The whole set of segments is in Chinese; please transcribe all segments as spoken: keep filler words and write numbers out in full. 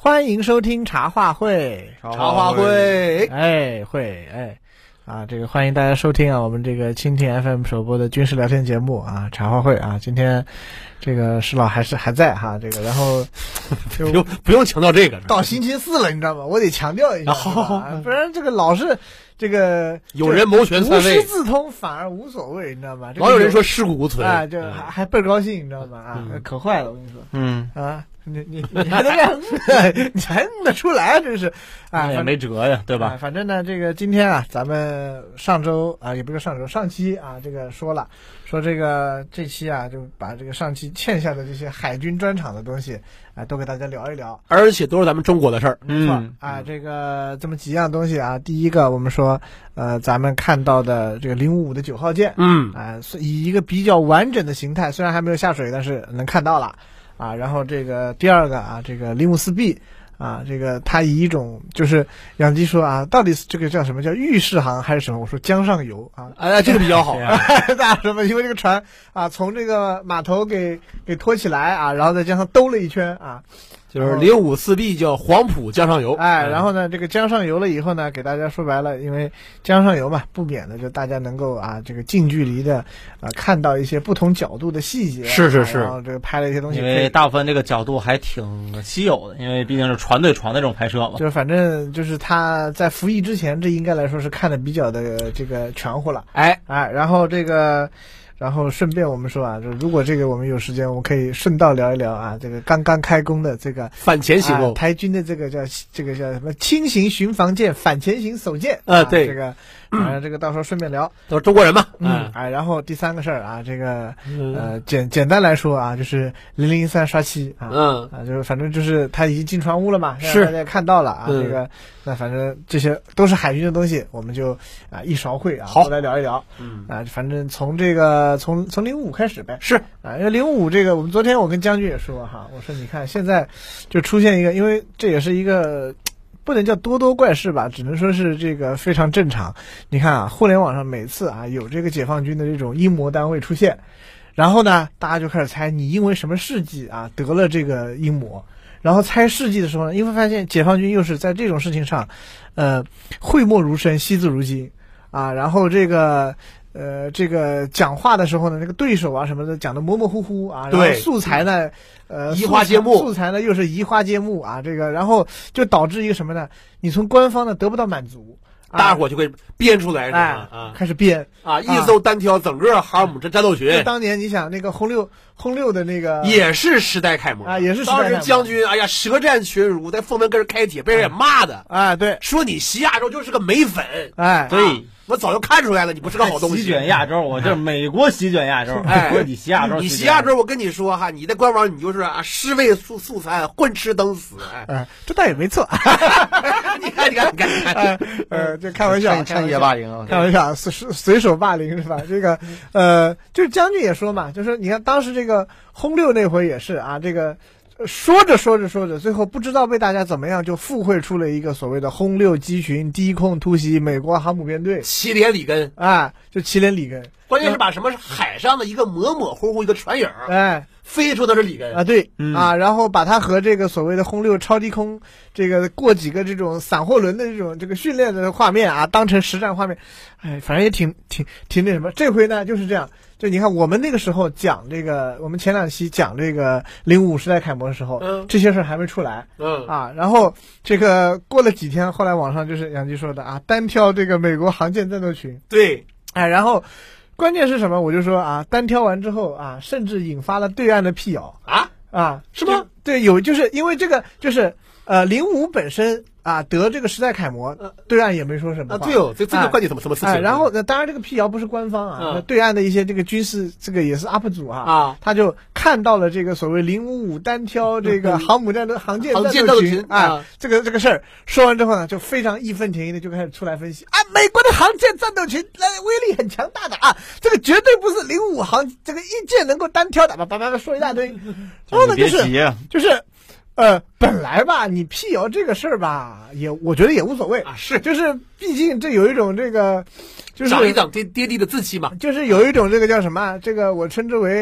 欢迎收听茶话会， 茶话会， 哎会哎啊，这个欢迎大家收听啊，我们这个蜻蜓 F M 首播的军事聊天节目啊，茶话会啊，今天这个石老还是还在哈，这个然后不用不用强调这个， 到星期四了，你知道吗？我得强调一下，啊、不然这个老是这个有人谋权篡位， 无师自通反而无所谓，你知道吗？ 老有人说尸骨无存啊，就还还倍儿高兴，你知道吗？啊，嗯、可坏了，我跟你说， 嗯啊。你你你还能这样，你还弄得出来，真是，啊， 也没辙呀，对吧？ 啊、反正呢，这个今天啊，咱们上周啊，也不是上周，上期啊，这个说了，说这个这期啊，就把这个上期欠下的这些海军专场的东西啊，都给大家聊一聊， 而且都是咱们中国的事儿， 没错、 嗯、 啊，这个这么几样东西啊，第一个我们说，呃，咱们看到的这个零五五的九号舰， 嗯， 啊，以一个比较完整的形态，虽然还没有下水，但是能看到了。啊，然后这个第二个啊，这个零五四 B 啊，这个它以一种就是杨基说啊，到底这个叫什么叫预示航还是什么？我说江上游啊， 哎，这个比较好， 大什么？因为这个船啊，从这个码头给给拖起来啊，然后在江上兜了一圈啊。 就是零五四 B 叫黄埔江上游， 哎，然后呢，这个江上游了以后呢，给大家说白了，因为江上游嘛，不免的就大家能够啊，这个近距离的啊看到一些不同角度的细节， 是是是， 然后这个拍了一些东西， 因为大部分这个角度还挺稀有的，因为毕竟是船对船的这种拍摄嘛， 就是反正就是他在服役之前，这应该来说是看的比较的这个全乎了， 哎哎，然后这个。然后顺便我们说啊，就如果这个我们有时间，我们可以顺道聊一聊啊，这个刚刚开工的这个反潜行动、 啊，台军的这个叫这个叫什么轻型巡防舰、反潜型手舰啊，对这个，啊这个到时候顺便聊， 都是中国人嘛， 嗯，哎，然后第三个事儿啊，这个呃简简单来说啊，就是零零三刷漆啊， 嗯啊就是反正就是他已经进船坞了嘛， 是大家看到了啊，这个那反正这些都是海军的东西，我们就啊一勺会啊， 好来聊一聊， 嗯啊，反正从这个。从从零五开始呗， 是啊，因为零五这个，我们昨天我跟将军也说哈，我说你看现在就出现一个，因为这也是一个不能叫多多怪事吧，只能说是这个非常正常。你看啊，互联网上每次啊有这个解放军的这种阴谋单位出现，然后呢，大家就开始猜你因为什么事迹啊得了这个阴谋。然后猜事迹的时候呢，你会发现解放军又是在这种事情上，呃，讳莫如深，惜字如金啊，然后这个。呃，这个讲话的时候呢，那个对手啊什么的讲的模模糊糊啊，然后素材呢，呃， 移花接木， 素材呢又是移花接木啊，这个然后就导致一个什么呢？你从官方呢得不到满足， 啊、大伙就会编出来，是吧？ 哎、 啊， 开始编啊，一艘单挑整个航母这战斗群。 就当年你想那个轰六轰六的那个也是时代楷模啊，也是时代楷模。 当时将军哎呀舌战群儒，在凤门根开铁，被人也骂的啊，对， 说你习亚洲就是个美粉， 哎， 对。 啊我早就看出来了，你不是个好东西。 席卷亚洲，我就是美国席卷亚洲。 哎， 不是你席亚洲， 你席亚洲，我跟你说哈，你在官网你就是啊，尸位素素餐，混吃等死。 哎，这倒也没错。 你看，你看，你看，你看， 呃，呃，这开玩笑， 商业霸凌啊， 开玩笑，随随手霸凌是吧？这个，呃，就是将军也说嘛，就是你看当时这个轰六那回也是啊，这个。说着说着说着，最后不知道被大家怎么样就附会出了一个所谓的轰六机群低空突袭美国航母编队， 齐连里根， 哎，就齐连里根， 关键是把什么海上的一个模模糊糊一个船影， 哎， 飞出的是里根啊，对、 嗯、 啊，然后把它和这个所谓的轰六超低空这个过几个这种散货轮的这种这个训练的画面啊，当成实战画面，哎，反正也挺挺挺那什么。这回呢就是这样。就你看，我们那个时候讲这个，我们前两期讲这个零五时代楷模的时候， 嗯， 这些事儿还没出来， 嗯啊，然后这个过了几天，后来网上就是杨基说的啊，单挑这个美国航舰战斗群， 对， 哎，然后关键是什么？我就说啊，单挑完之后啊，甚至引发了对岸的辟谣啊啊， 是吗？ 对，有就是因为这个就是呃零五本身。啊，得这个时代楷模，对岸也没说什么话。 啊，对哦，这这个关键什么什么事情？ 哎，然后当然这个辟谣不是官方啊，嗯、对岸的一些这个军事这个也是 U P 主啊， 啊， 他就看到了这个所谓零五五单挑这个航母战斗航舰航舰战斗群啊、哎，这个这个事儿说完之后呢，就非常义愤填膺的就开始出来分析啊，美国的航舰战斗群来威力很强大的啊，这个绝对不是零五航这个一舰能够单挑的，叭叭叭说一大堆，然后呢就是就是。呃，本来吧，你辟谣这个事儿吧，也我觉得也无所谓啊，是， 就是毕竟这有一种这个，就是长一长爹爹地的志气嘛， 就是有一种这个叫什么，这个我称之为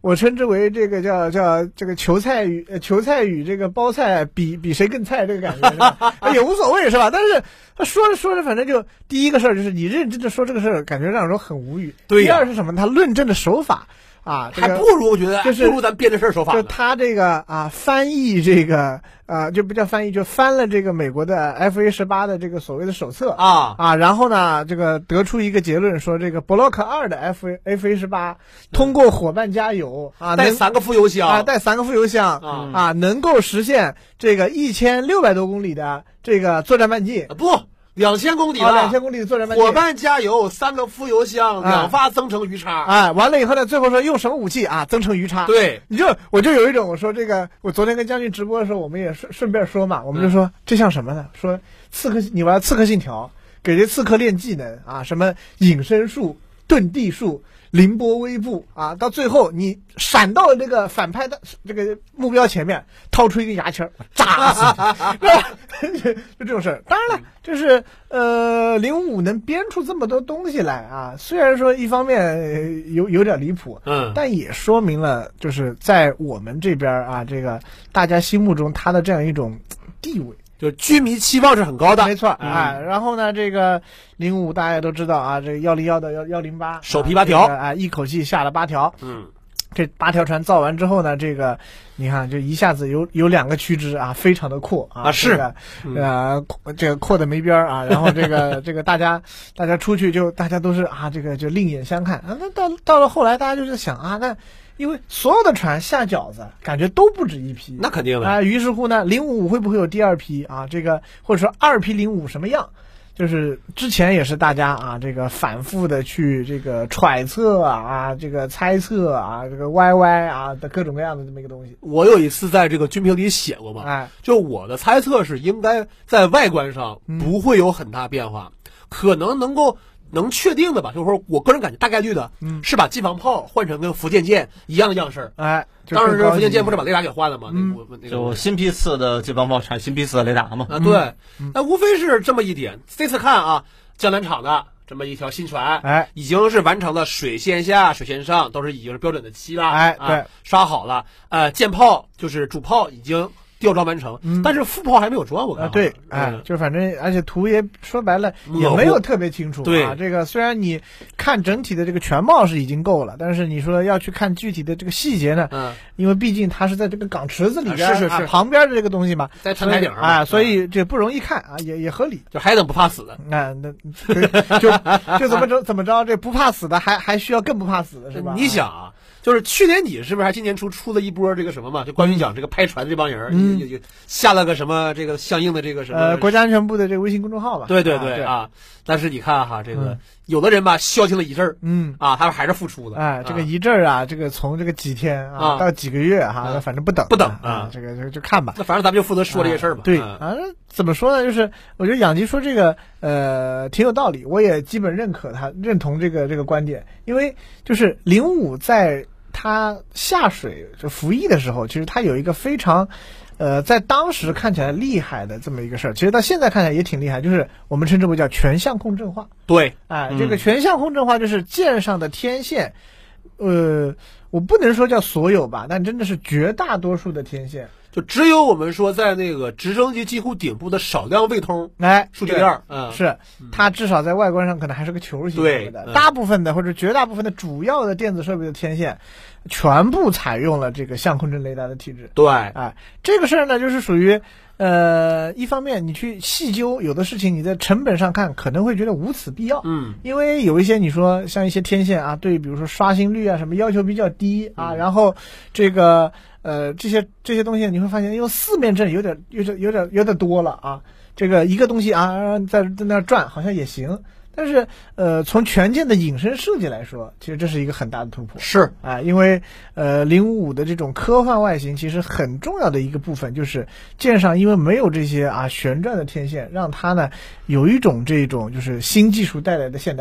我称之为这个叫叫这个球菜与呃球菜与这个包菜比比谁更菜这个感觉是吧？也无所谓是吧？但是他说着说着，反正就第一个事儿就是你认真的说这个事儿，感觉让人很无语。 对呀、 第二是什么？他论证的手法。啊，这个、 还不如我觉得就是不如咱编这事儿手法呢。 就他这个啊，翻译这个啊，就不叫翻译，就翻了这个美国的 F A 十八的这个所谓的手册啊啊，然后呢，这个得出一个结论说，这个 Block 二的 F A F A 十八通过伙伴加油啊， 带三个副油箱啊，带三个副油箱啊啊，能够实现这个一千六百多公里的这个作战半径。 不。两千公里了， 两千公里的作战半径， 伙伴加油，三个副油箱， 啊、 两发增程鱼叉。 哎，完了以后呢，最后说用什么武器啊？增程鱼叉。 对， 你就我就有一种，我说这个，我昨天跟将军直播的时候，我们也顺顺便说嘛，我们就说、嗯、这像什么呢？说刺客，你玩刺客信条，给这刺客练技能啊，什么隐身术、遁地术。凌波微步啊，到最后你闪到了这个反派的这个目标前面，掏出一根牙签扎死你，是吧？就这种事儿。当然了，就是呃，零五能编出这么多东西来啊，虽然说一方面有有点离谱， 嗯， 但也说明了就是在我们这边啊，这个大家心目中他的这样一种地位。 就居民期望是很高的， 没错， 嗯、 哎，然后呢，这个零五大家都知道啊，这个幺零幺的幺幺零八首批八条， 啊、这个哎，一口气下了八条， 嗯， 这八条船造完之后呢，这个你看，就一下子有有两个区支啊，非常的阔啊， 啊是， 这个、 嗯、 呃，这个阔的没边儿啊，然后这个这个大家大家出去就大家都是啊，这个就另眼相看啊，那到到了后来，大家就是想啊，那。因为所有的船下饺子，感觉都不止一批， 那肯定的啊、呃。于是乎呢，零五五会不会有第二批啊？这个或者说二批零五什么样？就是之前也是大家啊，这个反复的去这个揣测啊，这个猜测啊，这个歪歪啊的各种各样的这么一个东西。 我有一次在这个军评里写过嘛， 哎， 就我的猜测是应该在外观上不会有很大变化，嗯、可能能够。能确定的吧，就是说我个人感觉大概率的，嗯，是把机防炮换成跟福建舰一样的样式。 哎， 当时福建舰不是把雷达给换了吗？ 嗯、 那个就新批次的机防炮产新批次的雷达嘛。 啊，对，那、嗯、无非是这么一点。这次看啊，江南厂的这么一条新船， 哎， 已经是完成了水线下、水线上都是已经是标准的漆了， 哎， 啊、 对， 刷好了。呃，舰炮就是主炮已经。吊装完成， 嗯、 但是副炮还没有装，我看、 啊。对，哎， 嗯、 就反正而且图也说白了也没有特别清楚。 对啊，这个虽然你看整体的这个全貌是已经够了，但是你说要去看具体的这个细节呢， 嗯， 因为毕竟它是在这个港池子里边， 啊、是是是、 啊、旁边的这个东西嘛， 在船台顶上啊，所以这不容易看啊，也也合理。 就还等不怕死的， 啊，那就就怎么着怎么着，这不怕死的还还需要更不怕死的是吧？ 你想啊。就是去年底是不是还今年初出了一波这个什么嘛？就关于讲这个拍船的这帮人， 嗯， 也也下了个什么这个相应的这个什么呃国家安全部的这个微信公众号吧？ 对对对啊！对啊，但是你看哈，这个、嗯、有的人吧消停了一阵儿， 嗯啊，他们还是付出的。 哎，这个一阵儿啊，这个从这个几天啊, 啊到几个月哈、啊，反正不等不等啊，啊这个就就看吧。 那反正咱们就负责说这些事儿吧。 对啊， 怎么说呢？就是我觉得养鸡说这个呃挺有道理，我也基本认可他，认同这个这个观点，因为就是零五在。他下水就服役的时候，其实他有一个非常，呃，在当时看起来厉害的这么一个事儿，其实到现在看起来也挺厉害，就是我们称之为叫全相控阵化。 对， 哎，这个全相控阵化就是舰上的天线，呃，我不能说叫所有吧，但真的是绝大多数的天线。 就只有我们说在那个直升机几乎顶部的少量未通哎数据链，嗯， 是它至少在外观上可能还是个球形对的，大部分的或者绝大部分的主要的电子设备的天线，全部采用了这个相控阵雷达的体制。 对， 哎，这个事儿呢，就是属于呃，一方面你去细究有的事情，你在成本上看可能会觉得无此必要， 嗯， 因为有一些你说像一些天线啊，对，比如说刷新率啊什么要求比较低啊， 嗯、 然后这个。呃，这些这些东西你会发现，因为四面阵有点有点有点有点多了啊。这个一个东西啊，在在那转好像也行，但是呃，从全舰的隐身设计来说，其实这是一个很大的突破。 是啊，因为呃零五五的这种科幻外形，其实很重要的一个部分就是舰上因为没有这些啊旋转的天线，让它呢有一种这种就是新技术带来的现代感。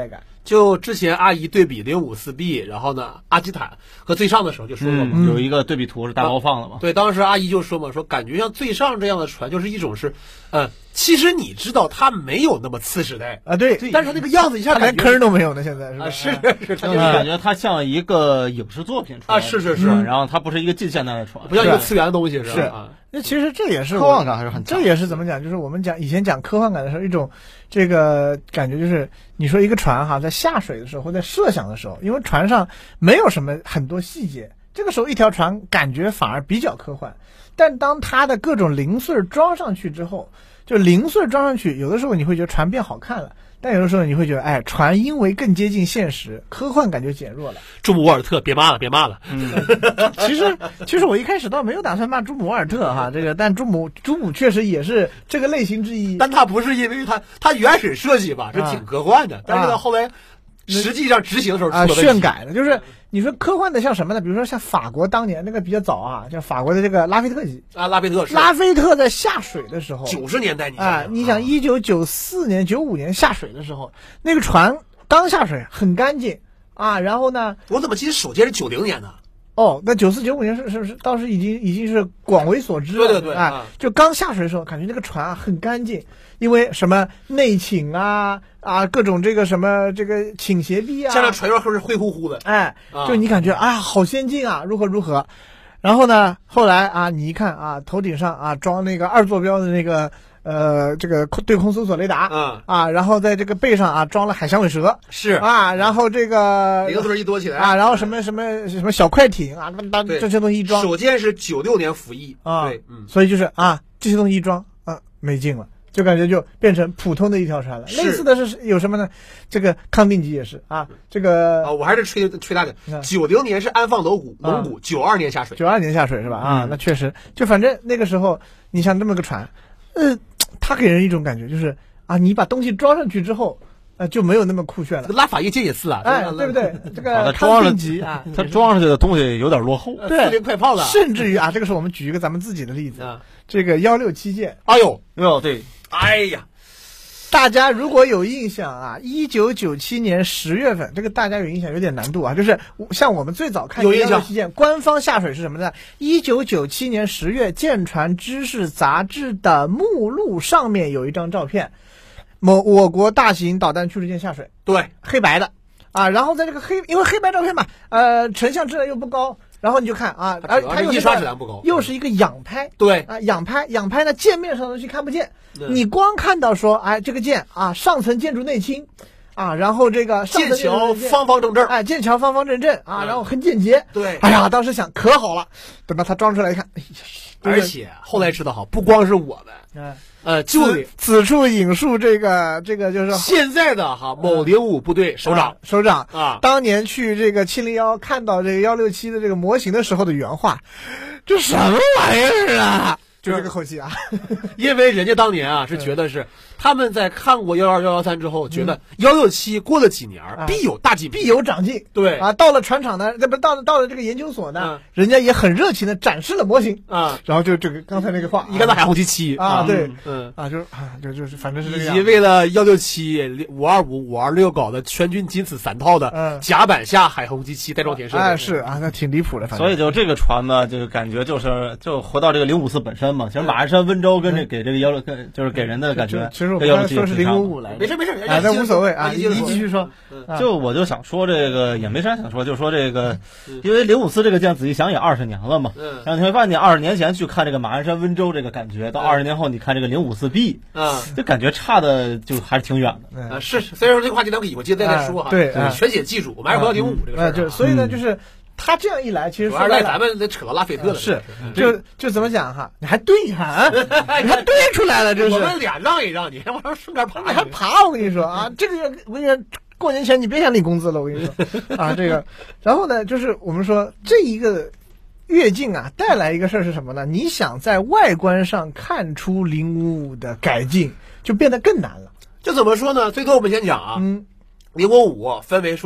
就之前阿姨对比零五四 B， 然后呢阿基坦和最上的时候就说过嘛、 嗯，有一个对比图是大包放的嘛、 啊。对，当时阿姨就说嘛，说感觉像最上这样的船就是一种是，呃，其实你知道它没有那么次时代啊，对， 但是它那个样子一下它连坑都没有呢，现在是吧？ 啊，是是， 就是感觉它像一个影视作品啊，是是是、 嗯，然后它不是一个近现代的船， 不像一个次元的东西是是啊。 那其实这也是科幻感还是很强， 这也是怎么讲？就是我们讲以前讲科幻感的时候，一种这个感觉就是，你说一个船哈，在下水的时候或在设想的时候，因为船上没有什么很多细节，这个时候一条船感觉反而比较科幻。但当它的各种零碎装上去之后，就零碎装上去，有的时候你会觉得船变好看了。但有的时候你会觉得，哎，船因为更接近现实，科幻感就减弱了。 朱姆沃尔特，别骂了，别骂了。 嗯， 其实其实我一开始倒没有打算骂朱姆沃尔特哈，这个，但朱姆朱姆确实也是这个类型之一。 但他不是因为他他原始设计吧是挺科幻的，啊、但是呢后来实际上执行的时候出了啊炫改的，就是你说科幻的像什么呢？比如说像法国当年那个比较早啊，像法国的这个拉菲特级啊，拉菲特是拉菲特在下水的时候， 九十年代你啊，你想一九九四年、九五年下水的时候，那个船刚下水很干净啊，然后呢， 我怎么记得首届是九零年呢？ 哦，那九四九五年是是不是当时已经已经是广为所知了？ 对对对， 啊，就刚下水的时候，感觉那个船啊很干净，因为什么内倾啊啊，各种这个什么这个倾斜壁啊， 现在船员都是灰乎乎的， 哎，就你感觉啊好先进啊，如何如何。然后呢，后来啊，你一看啊，头顶上啊装那个二坐标的那个呃这个对空搜索雷达， 嗯啊，然后在这个背上啊装了海响尾蛇， 是啊，然后这个零碎一多起来啊，然后什么什么什么小快艇啊，当这些东西一装， 首舰是九六年服役啊， 对，嗯， 所以就是啊这些东西一装啊没劲了。就感觉就变成普通的一条船了。类似的是有什么呢？这个康定级也是啊，这个啊，我还是吹吹大的。九零年是安放龙骨，龙骨九二年下水， 九二年下水是吧？啊，嗯、那确实，就反正那个时候，你像这么个船，呃，它给人一种感觉就是啊，你把东西装上去之后。呃，就没有那么酷炫了。 拉法叶剑也是啊， 哎，对不对？这个装上级啊， 它装上去的东西有点落后， 对， 四零快炮了。 甚至于啊，这个时候我们举一个咱们自己的例子， 啊、 这个幺六七舰， 哎呦， 哟，对， 哎呀， 大家如果有印象啊，一九九七年十月份，这个大家有印象有点难度啊，就是像我们最早看有印象， 官方下水是什么呢？一九九七年十月，舰船知识杂志的目录上面有一张照片。某我国大型导弹驱逐舰下水， 对， 黑白的啊，然后在这个黑，因为黑白照片嘛，呃，成像质量又不高，然后你就看啊， 而它印刷质量不高， 又是一个仰拍， 对啊，仰拍，仰拍呢，界面上的东西看不见，你光看到说，哎，这个舰啊，上层建筑内倾，啊，然后这个剑桥方方正正， 哎，剑桥方方正正啊，然后很简洁， 对， 哎呀，当时想可好了，等到它装出来一看，哎呀， 而且后来知道哈，不光是我们， 嗯。 呃，就此处引述这个这个就是现在的哈某零五部队首长、 啊、首长啊， 当年去这个七零幺看到这个幺六七的这个模型的时候的原话，这什么玩意儿啊？就这个口气啊， 因为人家当年啊是觉得是他们在看过幺二幺幺三之后，觉得幺六七过了几年必有大进步， 必有长进。 对啊，到了船厂呢，这不到了到了这个研究所呢，人家也很热情的展示了模型啊， 然后就这个刚才那个话， 一看到海虹七七啊，对， 嗯啊，就是啊，就就是反正是这个样。 以及为了幺六七五二五五二六搞的全军仅此三套的甲板下海虹七七带装填设， 哎，是啊，那挺离谱的，反正。 所以就这个船呢，就是感觉就是就回到这个零五四本身嘛，其实马鞍山温州跟这给这个幺六跟就是给人的感觉， 其实我刚才说是零五五来的， 没事没事， 啊，那无所谓啊， 你你继续说。 就我就想说这个也没啥想说，就说这个，因为零五四这个舰仔细想也二十年了嘛，然后你会发现你二十年前去看这个马鞍山温州这个感觉，到二十年后你看这个零五四 B， 啊， 就感觉差的就还是挺远的啊。是，虽然说这个话题咱们以后接着再说哈， 对， 全写记住，我们还是回到零五这个事儿， 就所以呢，就是他这样一来，其实说来咱们得扯到拉菲特了， 是，就就怎么讲哈？你还对哈？你还对出来了，就是我们俩让一让你，往上顺点爬， 你还爬？我跟你说啊，这个我跟你说。过年前你别想领工资了，我跟你说啊，这个，然后呢，就是我们说这一个跃进啊，带来一个事儿是什么呢？你想在外观上看出零五五的改进，就变得更难了。 就怎么说呢？最多我们先讲啊， 嗯， 零五五分为说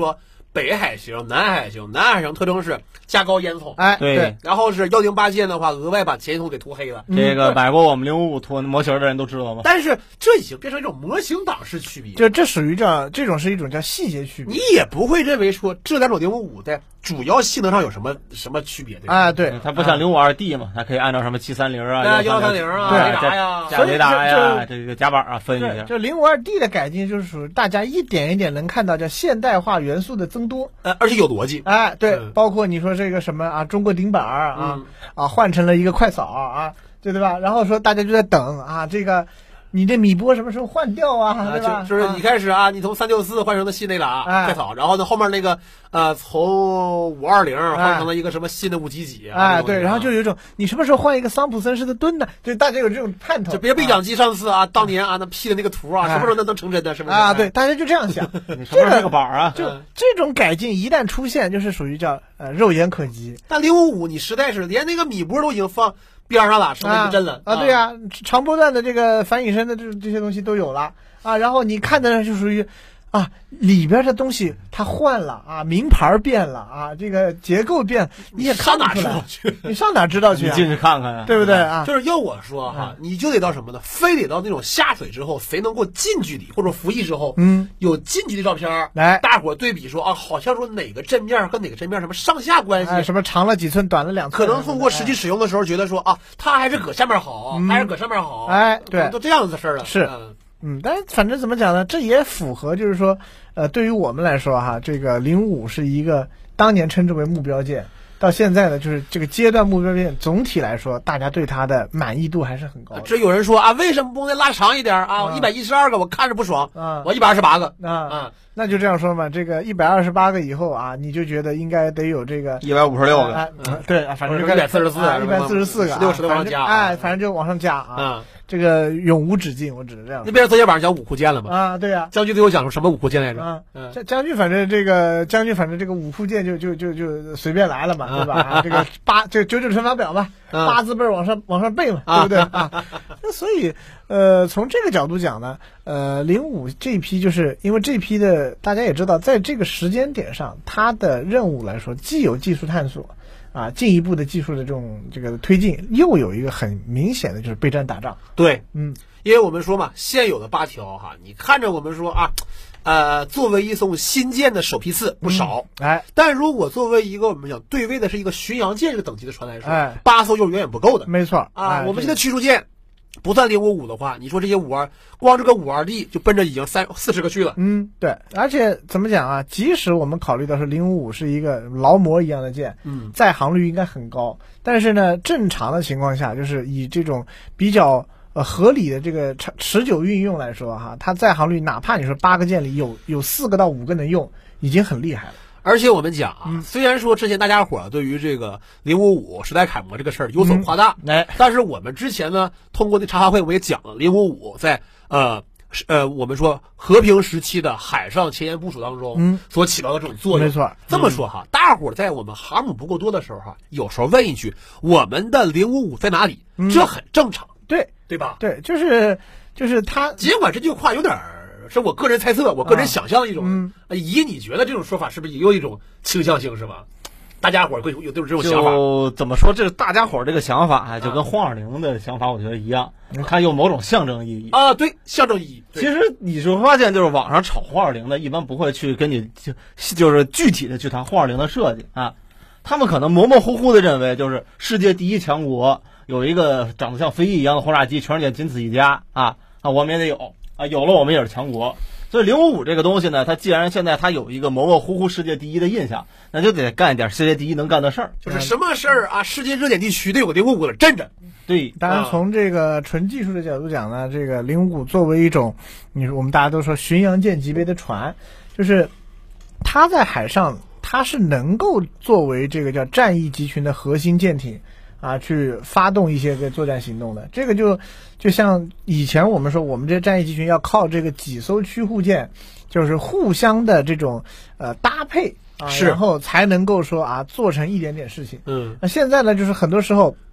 北海型、南海型。南海型特征是加高烟囱， 哎， 对， 然后是幺零八线的话，额外把前烟囱给涂黑了。 这个买过我们零五五图模型的人都知道吗？ 但是这已经变成一种模型档式区别， 就这属于叫这种是一种叫细节区别。 你也不会认为说这两种零五五在主要性能上有什么什么区别，对吧？ 啊，对， 它不像零五二 D 嘛，它可以按照什么七三零啊、 幺三零啊、雷达呀、 加雷达呀、这个夹板啊分一下。 这零五二 D 的改进就是属于大家一点一点能看到叫现代化元素的增多， 呃，而且有逻辑。 哎，对， 嗯、 包括你说这个什么啊，中国顶板啊、 嗯、 啊换成了一个快扫啊，对对吧？然后说大家就在等啊，这个。你这米波什么时候换掉啊？ 啊对吧？ 就就是你开始啊，你从三六四换成了新雷达快扫，然后呢后面那个呃从五二零换成了一个什么新的五几几啊？哎，对，然后就有一种你什么时候换一个桑普森式的盾呢？就大家有这种盼头。 就别被养鸡上次啊，当年啊那 P 的那个图啊，什么时候能能成真的？是不是啊？对，大家就这样想。 你什么时候这个板啊？ 就这种改进一旦出现，就是属于叫呃肉眼可及。 但零五五你实在是连那个米波都已经放边上了，成了一个真了啊！对呀，长波段的这个反隐身的这这些东西都有了啊。然后你看的就属于啊里边的东西它换了啊，名牌变了啊，这个结构变，你也看不出来。你上哪知道去？ 你进去看看呀， 对不对啊？ 就是要我说哈，你就得到什么呢？非得到那种下水之后，谁能够近距离或者服役之后， 嗯， 有近距离照片， 来大伙对比说啊，好像说哪个阵面和哪个阵面什么上下关系， 什么长了几寸，短了两寸， 可能通过实际使用的时候觉得说啊，它还是搁下面好，还是搁上面好， 哎，对， 都这样子的事儿了， 是。嗯，但是反正怎么讲呢？这也符合，就是说，呃，对于我们来说哈，这个零五是一个当年称之为目标舰，到现在呢，就是这个阶段目标舰，总体来说，大家对它的满意度还是很高的。 这有人说啊，为什么不能再拉长一点啊？一百一十二个我看着不爽， 啊， 我一百二十八个， 啊啊，那就这样说嘛。这个一百二十八个以后啊，你就觉得应该得有这个一百五十六个， 哎，对，反正一百四十四， 一百四十四个， 六十的往上加， 哎，反正就往上加啊。这个永无止境，我只能这样。 那边昨天晚上讲五库舰了吗？ 啊，对呀、啊。 将军对我讲说什么五库舰来着？ 啊，将将军反正这个将军反正这个五库舰就就就就随便来了嘛，对吧？啊、这个八这九九乘法表嘛， 啊、 八字辈往上往上背嘛，对不对啊？那所以呃，从这个角度讲呢，呃，零五这批就是因为这批的大家也知道，在这个时间点上，它的任务来说，既有技术探索。啊，进一步的技术的这种这个推进，又有一个很明显的就是备战打仗。 对， 嗯， 因为我们说嘛，现有的八条哈，你看着我们说啊，呃，作为一艘新建的首批次不少， 嗯、哎， 但如果作为一个我们讲对位的是一个巡洋舰这个等级的船来说， 哎， 八艘又是远远不够的。 没错啊， 哎、 我们现在驱逐舰。不算零五五的话，你说这些五二，光这个五二 D 就奔着已经三四十个去了。 嗯，对，而且怎么讲啊？即使我们考虑到是零五五是一个劳模一样的舰， 嗯， 载航率应该很高，但是呢，正常的情况下，就是以这种比较呃合理的这个持持久运用来说哈，它载航率哪怕你说八个舰里有有四个到五个能用，已经很厉害了。 而且我们讲啊， 嗯、 虽然说之前大家伙儿对于这个零五五时代楷模这个事儿有所夸大， 哎、嗯， 但是我们之前呢，通过那茶话会我们也讲了，零五五在呃呃我们说和平时期的海上前沿部署当中， 嗯， 所起到的这种作用。 没错， 这么说哈，大伙儿在我们航母不够多的时候哈，有时候问一句，我们的零五五在哪里？ 嗯、 这很正常， 对对吧？ 对，就是就是他， 尽管这句话有点儿。是我个人猜测，我个人想象的一种。 嗯， 以你觉得这种说法是不是也有一种倾向性，是吧？大家伙儿会有有这种想法。 就怎么说，这大家伙儿这个想法啊，就跟轰二零的想法，我觉得一样。 嗯、 它有某种象征意义啊，对，象征意义。 其实你就发现，就是网上炒轰二零的，一般不会去跟你就就是具体的去谈轰二零的设计啊。他们可能模模糊糊的认为，就是世界第一强国有一个长得像飞机一样的轰炸机，全世界仅此一家啊啊，我们也得有。啊，有了我们也是强国，所以零五五这个东西呢，它既然现在它有一个模模糊糊世界第一的印象，那就得干一点世界第一能干的事儿， 就是什么事儿啊，世界热点地区得有个零五五的镇着。 对， 当然从这个纯技术的角度讲呢，这个零五五作为一种，你说我们大家都说巡洋舰级别的船，就是它在海上它是能够作为这个叫战役集群的核心舰艇。啊，去发动一些个作战行动的，这个就就像以前我们说，我们这战役集群要靠这个几艘驱护舰，就是互相的这种呃搭配啊， 是， 然后才能够说啊做成一点点事情。 嗯， 那现在呢，就是很多时候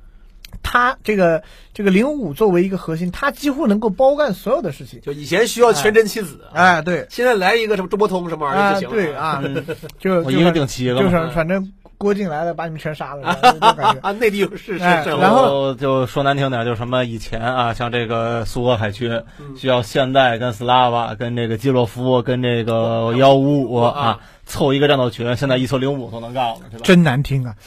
它这个这个零五五作为一个核心，它几乎能够包干所有的事情。 就以前需要全真棋子， 哎，哎对， 现在来一个什么中波通什么玩意儿就行了。 对啊，就我一个顶七个， 就是反正郭靖来了，把你们全杀了，就感觉啊，内地有是是， 哎然然后就说难听点，就是什么以前啊，像这个苏俄海军需要现代跟斯拉瓦跟这个基洛夫跟这个幺五五啊凑一个战斗群，现在一艘零五都能干了，是吧？ 真难听啊！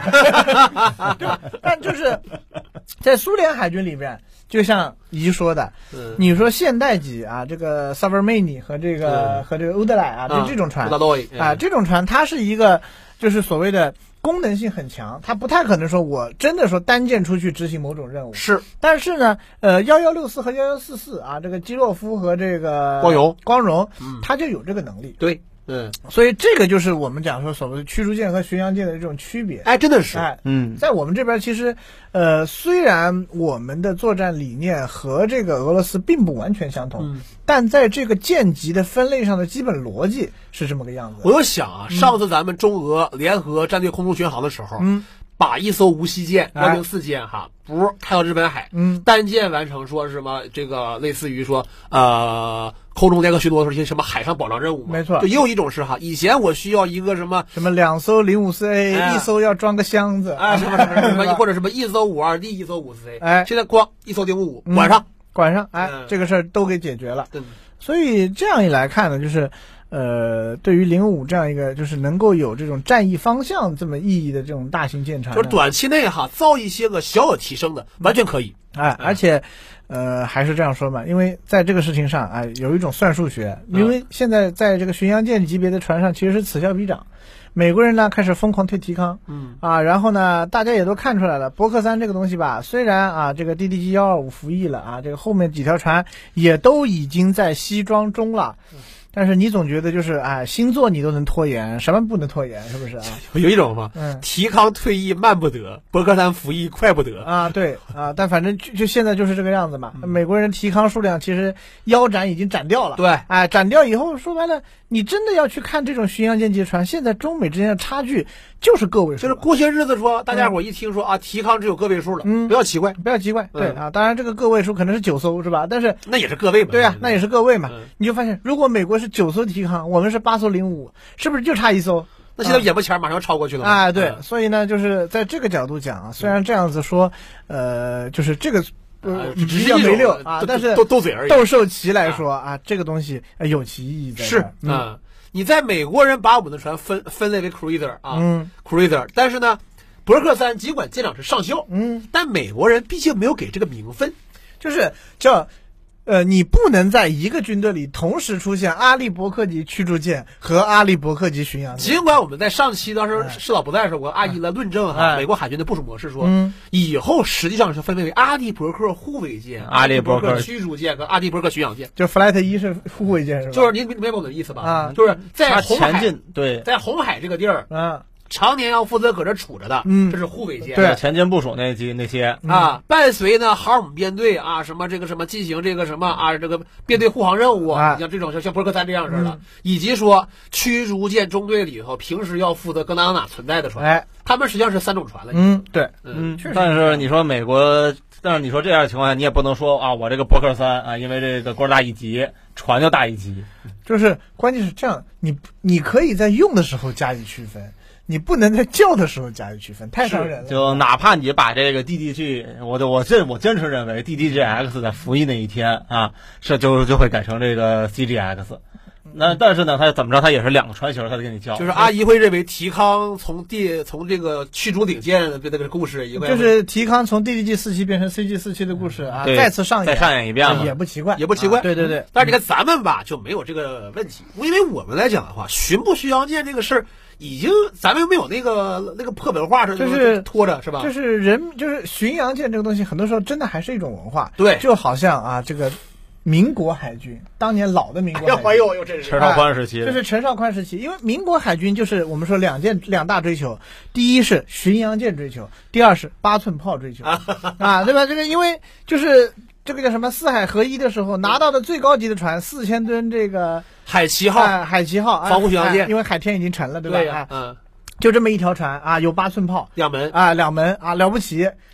但就是在苏联海军里面，就像姨说的， 嗯你说现代级啊，这个萨维梅尼和这个、 嗯和这个欧德莱啊，就这种船大道理啊，这种船它是一个就是所谓的功能性很强，它不太可能说我真的说单舰出去执行某种任务。 是， 但是呢，呃，幺幺六四和幺幺四四啊，这个基洛夫和这个光荣光荣， 嗯它就有这个能力。 对，嗯， 所以这个就是我们讲说所谓的驱逐舰和巡洋舰的这种区别。 哎，真的是， 哎， 嗯， 在我们这边其实，呃，虽然我们的作战理念和这个俄罗斯并不完全相同， 嗯但在这个舰级的分类上的基本逻辑是这么个样子。 我又想啊，上次咱们中俄联合战略空中巡航的时候， 嗯， 把一艘无锡舰哎幺零四舰哈，不开到日本海， 嗯单舰完成说什么这个类似于说呃空中联合巡逻的一些什么海上保障任务嘛， 没错就也有一种是哈，以前我需要一个什么。 什么两艘零五四 A，、 哎一艘要装个箱子， 啊，什么什么什么，或者什么一艘五二 D， 一艘五四 A， 哎现在光一艘零五五， 嗯管上， 管上，哎， 嗯这个事儿都给解决了。 对， 所以这样一来看呢，就是呃，对于零五这样一个就是能够有这种战役方向这么意义的这种大型舰船呢， 就是短期内哈造一些个小有提升的，完全可以。 哎，而且，呃，还是这样说嘛，因为在这个事情上，哎，有一种算术学，因为现在在这个巡洋舰级别的船上，其实是此消彼长。美国人呢开始疯狂推提康， 嗯啊，然后呢，大家也都看出来了，伯克三这个东西吧，虽然啊这个 D D G 幺二五服役了啊，这个后面几条船也都已经在西装中了。但是你总觉得就是哎，星座你都能拖延，什么不能拖延，是不是啊？ 有一种嘛， 嗯提康退役慢不得，伯克三服役快不得。 啊，对啊，但反正就就现在就是这个样子嘛。美国人提康数量其实腰斩已经斩掉了， 对哎，斩掉以后说白了，你真的要去看这种巡洋舰级船，现在中美之间的差距就是个位数了， 就是过些日子说，大家伙一听说啊，提康只有个位数了， 嗯不要奇怪， 不要奇怪，对嗯啊，当然这个个位数可能是九艘是吧？但是那也是个位嘛。 对啊，那也是个位嘛嗯。 你就发现，如果美国是九艘提康，我们是八艘零五，是不是就差一艘？ 那现在眼巴前马上超过去了嘛。 啊，对， 嗯所以呢，就是在这个角度讲啊，虽然这样子说，呃，就是这个呃啊比较只是一种没溜啊， 斗但是斗斗嘴而已。 斗兽棋来说啊，这个东西呃有其意义在是这儿嗯啊，你在美国人把我们的船分分类为 cruiser 啊嗯 ，cruiser，但是呢，伯克三尽管舰长是上校， 嗯， 但美国人毕竟没有给这个名分。 就是叫。呃，你不能在一个军队里同时出现阿利伯克级驱逐舰和阿利伯克级巡洋舰。 尽管我们在上期当时哎施老不在的时候，我阿姨来论证哈， 哎美国海军的部署模式说， 嗯以后实际上是分为阿利伯克护卫舰、 阿利伯克驱逐舰和阿利伯克巡洋舰。 就 Flight 一是护卫舰是吧？ 就是您明白我的意思吧？ 啊就是在他红海前，进，对， 在红海这个地儿， 啊， 常年要负责搁这杵着的， 嗯这是护卫舰。 对前进部署那些那些， 啊，伴随呢航母编队啊，什么这个什么进行这个什么啊，这个编队护航任务， 啊像这种像像伯克三这样式的， 嗯以及说驱逐舰中队里头平时要负责搁哪哪存在的船， 哎， 他们实际上是三种船了。 嗯，对， 嗯， 确实但是你说美国，但是你说这样的情况下，你也不能说啊，我这个伯克三啊，因为这个官大一级，船就大一级， 就是关键是这样，你你可以在用的时候加以区分，你不能在叫的时候加以区分，太伤人了。 就哪怕你把这个 D D G，我就我这我坚持认为 D D G X 在服役那一天啊，是就就会改成这个 C G X。那但是呢，它怎么着，它也是两个船型，它得给你叫。 就是阿姨会认为提康从地从这个驱逐顶舰的这个故事，一个就是提康从 D D G 四七变成 C G 四七的故事啊， 对再次上演， 再上演一遍嘛也不奇怪， 也不奇怪。 啊对对对， 但是你看咱们吧，就没有这个问题，因为我们来讲的话，巡捕巡洋舰这个事儿，已经咱们又没有那个那个破文化， 就是拖着是吧？ 就是人就是巡洋舰这个东西，很多时候真的还是一种文化。 对就好像啊，这个民国海军当年老的民国海军， 哎呦呦，真是陈少宽时期， 就是陈少宽时期，因为民国海军就是我们说两件两大追求，第一是巡洋舰追求，第二是八寸炮追求啊，对吧？这个因为就是这个叫什么四海合一的时候拿到的最高级的船四千吨这个海旗号、 哎海旗号防护巡洋舰哎因为海天已经沉了，对吧？ 对呀、 哎嗯， 就这么一条船啊，有八寸炮， 两门啊，两门啊，了不起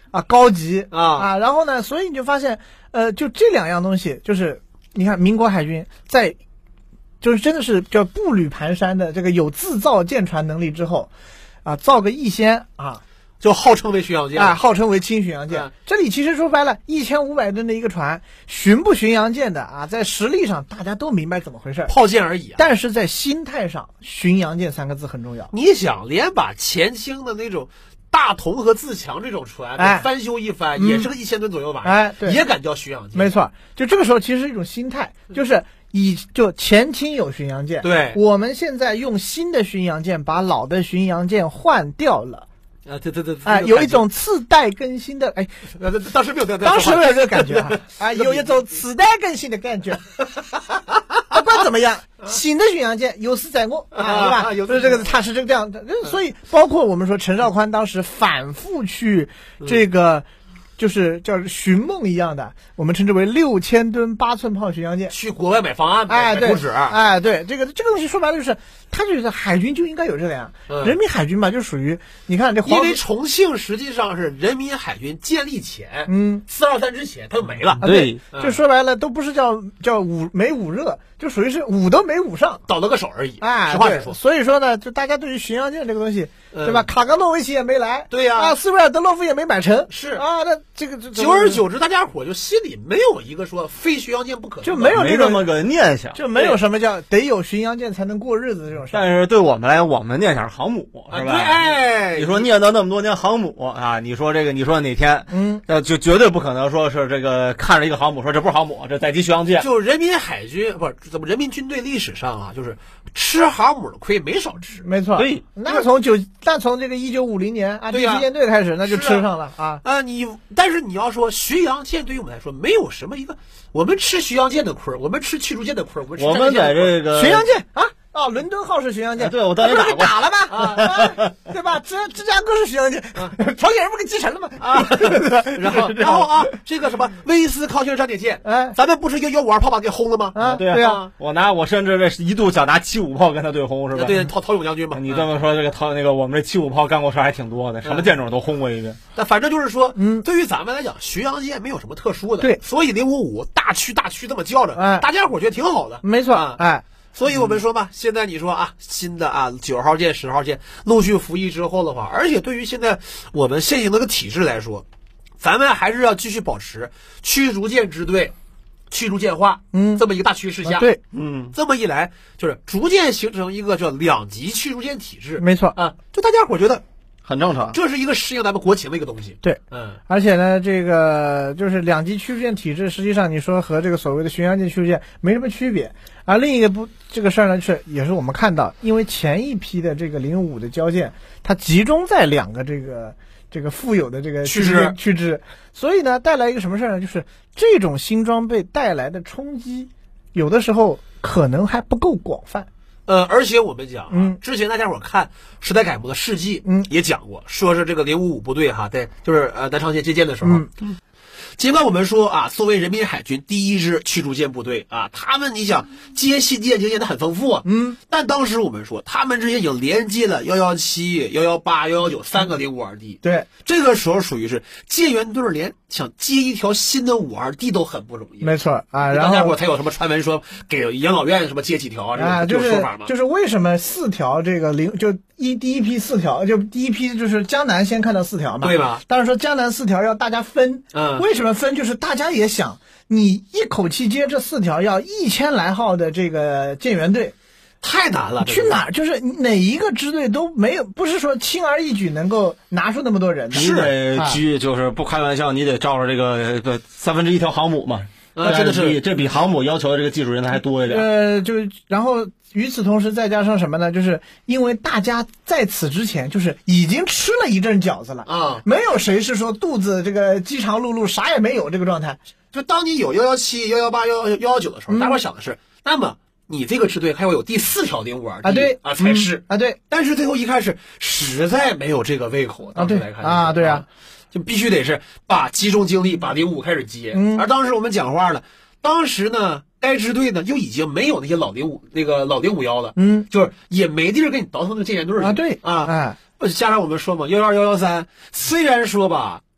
啊高级啊啊，然后呢，所以你就发现，呃，就这两样东西，就是你看民国海军在，就是真的是叫步履蹒跚的这个有自造舰船能力之后，啊，造个一仙啊。 就号称为巡洋舰啊，号称为轻巡洋舰。 嗯、 这里其实说白了，一千五百吨的一个船，巡不巡洋舰的啊，在实力上大家都明白怎么回事， 炮舰而已、啊。 但是在心态上，巡洋舰三个字很重要。 你想，连把前清的那种大同和自强这种船， 哎， 翻修一番， 嗯、 也是个一千吨左右吧？ 哎，对， 也敢叫巡洋舰。 没错，就这个时候其实是一种心态，就是以就前清有巡洋舰， 对， 我们现在用新的巡洋舰把老的巡洋舰换掉了。 啊，对对对， 啊，有一种次代更新的，哎， 呃，当时没有这个， 当时没有这个感觉啊，啊，有一种次代更新的感觉。不管怎么样，新的巡洋舰有事在我，啊，对吧？就是这个，它是这个样的。所以，包括我们说陈绍宽当时反复去这个。就是叫寻梦一样的，我们称之为六千吨八寸炮巡洋舰， 去国外买方案， 哎，对， 买图纸， 哎，对，这个这个东西说白了就是，他觉得海军就应该有这样， 嗯、 人民海军吧，就属于你看这， 因为重庆实际上是人民海军建立前， 嗯， 四二三之前它就没了， 啊、对， 嗯、 就说白了都不是叫叫武没武热，就属于是武都没武上， 倒了个手而已， 哎， 实话实说。 所以说呢，就大家对于巡洋舰这个东西， 嗯、 对吧？卡冈诺维奇也没来， 对呀、 啊，啊，斯维尔德洛夫也没买成， 是啊，那这个这久而久之，大家伙就心里没有一个说非巡洋舰不可， 就没有这么个念想， 就没有什么叫得有巡洋舰才能过日子这种事。 但是对我们来，我们念想是航母，是吧？ 啊、哎， 你说念叨那么多年航母啊，你说这个，你说哪天， 嗯， 那就绝对不可能说是这个看着一个航母说这不是航母，这载机巡洋舰。 就人民海军不是怎么人民军队历史上啊，就是吃航母的亏没少吃， 没错。 对， 那从九那从这个一九五零年啊，第七舰队开始，那就吃上了啊啊！你但是你要说巡洋舰对于我们来说没有什么一个，我们吃巡洋舰的亏，我们吃驱逐舰的亏，我们吃我们在这个巡洋舰啊。哦，伦敦号是巡洋舰， 啊、对我当年打过， 打了吗？啊，对吧？芝芝加哥是巡洋舰，啊、朝鲜人不给继承了吗？啊， 然后然后啊，这个什么威斯康星战列舰， 哎， 咱们不是一个幺五二炮把给轰了吗？ 啊， 对对啊，我拿我甚至这一度想拿七五炮跟他对轰，是吧？ 对，陶陶勇将军嘛。 你这么说，这个陶那个我们这七五炮干过事还挺多的，什么舰种都轰过一遍。 但反正就是说， 嗯， 对于咱们来讲，巡洋舰没有什么特殊的， 对， 所以零五五大驱大驱这么叫着， 哎， 大家伙觉得挺好的， 没错， 啊、 哎。 所以我们说吧，嗯、现在你说啊，新的啊九号舰、十号舰陆续服役之后的话，而且对于现在我们现行的个体制来说，咱们还是要继续保持驱逐舰支队、驱逐舰化， 嗯， 这么一个大趋势下， 啊、对， 嗯， 这么一来，就是逐渐形成一个叫两级驱逐舰体制， 没错啊，就大家伙觉得很正常， 这是一个适应咱们国情的一个东西。 对， 嗯， 而且呢，这个就是两级驱逐舰体制，实际上你说和这个所谓的巡洋舰驱逐舰没什么区别。而另一个不，这个事儿呢是也是我们看到，因为前一批的这个零五的交舰，它集中在两个这个这个富有的这个驱逐驱逐，所以呢带来一个什么事儿呢？就是这种新装备带来的冲击，有的时候可能还不够广泛。 呃，而且我们讲、啊， 嗯， 之前大家伙看《时代楷模》的事迹， 嗯， 也讲过，说是这个零五五部队哈，在就是呃南昌线接舰的时候， 嗯。 嗯尽管我们说啊，作为人民海军第一支驱逐舰部队啊，他们你想接新舰经验的很丰富啊， 嗯， 但当时我们说他们之前已经连接了幺幺七、幺幺八、幺幺九三个零五二 D， 对， 这个时候属于是舰员队连想接一条新的五二 D 都很不容易， 没错啊，然后大家伙才有什么传闻说给养老院什么接几条啊， 啊， 这种说法吗？ 就是为什么四条这个零就一第一批四条，就第一批就是江南先看到四条嘛， 对吧？ 当然说江南四条要大家分， 嗯， 为什么分？就是大家也想，你一口气接这四条要一千来号的这个舰员队， 太难了。 去哪儿？就是哪一个支队都没有，不是说轻而易举能够拿出那么多人的。 你得居，就是不开玩笑，你得照着这个三分之一条航母嘛。 啊，真的是， 这比航母要求的这个技术人才还多一点。 呃，就是然后与此同时再加上什么呢？就是因为大家在此之前就是已经吃了一阵饺子了啊， 没有谁是说肚子这个饥肠辘辘啥也没有这个状态。 就当你有幺幺七、幺幺八、幺幺幺九的时候， 嗯、 大伙想的是，那么你这个支队还要有第四条零五二 D 啊，对啊才是、 嗯、啊，对。 但是最后一看是实在没有这个胃口，当时来看啊，对啊， 就必须得是把集中精力把零五开始接。 嗯， 而当时我们讲话了。当时呢，该支队呢又已经没有那些老零五那个老零五幺了， 嗯， 就是也没地儿给你倒腾那个舰员队啊，对啊， 哎， 加上我们说嘛，幺二幺幺三，虽然说吧，